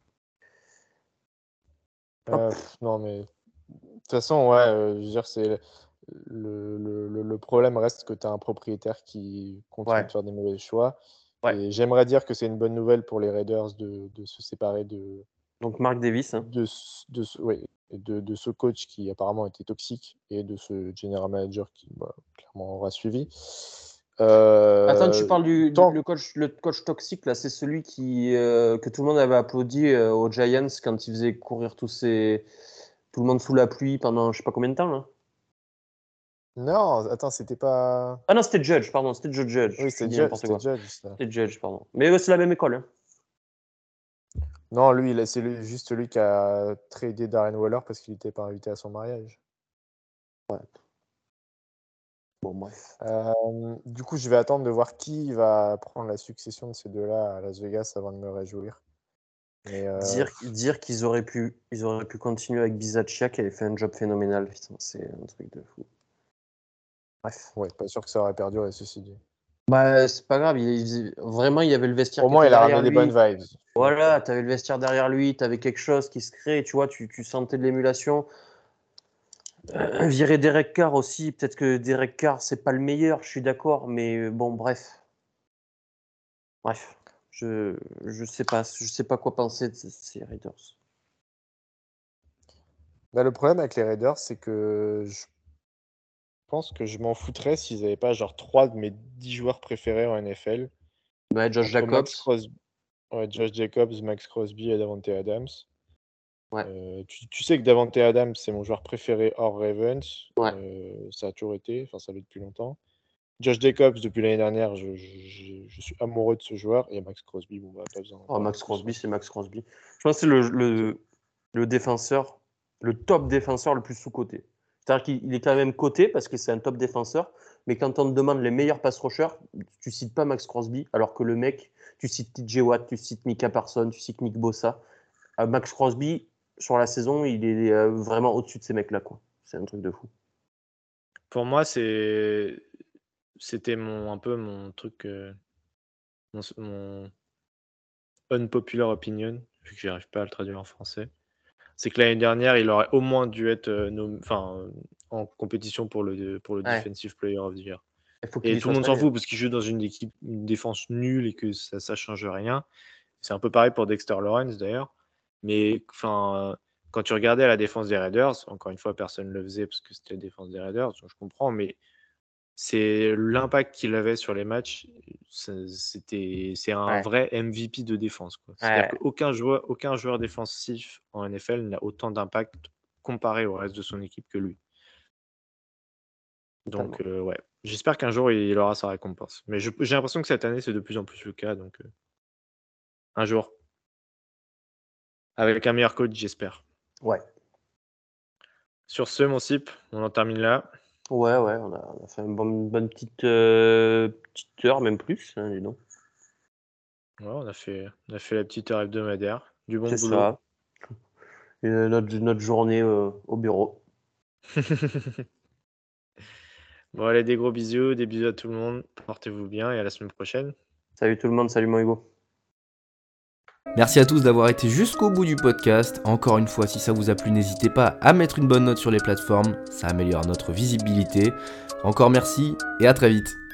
Euh, pff, non, mais de toute façon, ouais, euh, je veux dire, c'est le, le, le, le problème reste que tu as un propriétaire qui continue Ouais. de faire des mauvais choix. Ouais. Et j'aimerais dire que c'est une bonne nouvelle pour les Raiders de, de se séparer de, Donc Mark Davis. Hein. de, ce- de, ce- ouais, de, de ce coach qui apparemment était toxique et de ce general manager qui bah, clairement aura suivi. Euh, Attends, tu parles du, tant- du le coach, le coach toxique là, c'est celui qui euh, que tout le monde avait applaudi euh, aux Giants quand il faisait courir tous ces tout le monde sous la pluie pendant je sais pas combien de temps là. Non, attends, c'était pas. Ah non, c'était Judge, pardon, c'était Joe Judge. Oui, Je c'était dis Judge. n'importe C'était quoi. Judge, ça. C'était Judge, pardon. Mais ouais, c'est la même école. Hein. Non, lui, il a- c'est lui- juste celui qui a tradé Darren Waller parce qu'il n'était pas invité à son mariage. Bon bref. Euh, du coup, je vais attendre de voir qui va prendre la succession de ces deux-là à Las Vegas avant de me réjouir. Mais, euh, Dire dire qu'ils auraient pu ils auraient pu continuer avec Bisaccia qui avait fait un job phénoménal. Putain, c'est un truc de fou. Bref. ouais, pas sûr que ça aurait perduré, ceci dit. Bah c'est pas grave. Il, il- vraiment il y avait le vestiaire. Au qui moins, était il a derrière ramené des lui. bonnes vibes. Voilà, tu avais le vestiaire derrière lui, tu avais quelque chose qui se crée, tu vois, tu, tu sentais de l'émulation. Euh, virer Derek Carr aussi, peut-être que Derek Carr, c'est pas le meilleur, je suis d'accord, mais euh, bon, bref. Bref, je je sais pas, je sais pas quoi penser de ces, ces Raiders. Bah, le problème avec les Raiders, c'est que je pense que je m'en foutrais s'ils n'avaient pas genre trois de mes dix joueurs préférés en N F L. Ouais, Josh Entre Jacobs. Max Crosby, ouais, Josh Jacobs, Max Crosby et Davante Adams. Ouais. Euh, tu, tu sais que Davante Adams, c'est mon joueur préféré hors Ravens. Ouais. Euh, ça a toujours été, enfin ça l'est depuis longtemps. Josh Jacobs, depuis l'année dernière, je, je, je suis amoureux de ce joueur. Et Max Crosby, bon, bah, pas besoin. d'en Oh, parler Max plus, Crosby, hein. c'est Max Crosby. Je pense que c'est le, le, le défenseur, le top défenseur le plus sous-coté. C'est-à-dire qu'il est quand même coté parce que c'est un top défenseur, mais quand on te demande les meilleurs pass rushers, tu cites pas Max Crosby, alors que le mec, tu cites T J Watt, tu cites Micah Parsons, tu cites Nick Bosa. Euh, Max Crosby, sur la saison, il est euh, vraiment au-dessus de ces mecs-là, quoi. C'est un truc de fou. Pour moi, c'est c'était mon un peu mon truc, euh, mon, mon unpopular opinion, vu que j'arrive pas à le traduire en français. C'est que l'année dernière, il aurait au moins dû être euh, nom- enfin, euh, en compétition pour le, pour le Ouais. Defensive Player of the Year. Il faut qu'il y Et tout soit le monde s'en sérieux. fout parce qu'il joue dans une équipe, une défense nulle et que ça ne change rien. C'est un peu pareil pour Dexter Lawrence d'ailleurs. Mais enfin, euh, quand tu regardais la défense des Raiders, encore une fois, personne ne le faisait parce que c'était la défense des Raiders, donc je comprends, mais c'est l'impact qu'il avait sur les matchs, c'est- c'était, c'est un Ouais. vrai M V P de défense, quoi. C'est-à-dire Ouais. qu'aucun joueur, aucun joueur défensif en N F L n'a autant d'impact comparé au reste de son équipe que lui. Donc, Totalement. euh, ouais, j'espère qu'un jour il aura sa récompense. Mais je- j'ai l'impression que cette année c'est de plus en plus le cas. Donc, euh, un jour, avec un meilleur coach, j'espère. Ouais. Sur ce, mon Sip, on en termine là. Ouais, ouais, on a, on a fait une bonne, bonne petite, euh, petite heure, même plus, hein, dis donc. Ouais, on a fait, on a fait la petite heure hebdomadaire. Du bon C'est boulot. ça. Et, euh, notre, notre journée euh, au bureau. Bon, allez, des gros bisous, des bisous à tout le monde. Portez-vous bien et à la semaine prochaine. Salut tout le monde, salut mon Hugo. Merci à tous d'avoir été jusqu'au bout du podcast. Encore une fois, si ça vous a plu, n'hésitez pas à mettre une bonne note sur les plateformes, ça améliore notre visibilité. Encore merci et à très vite.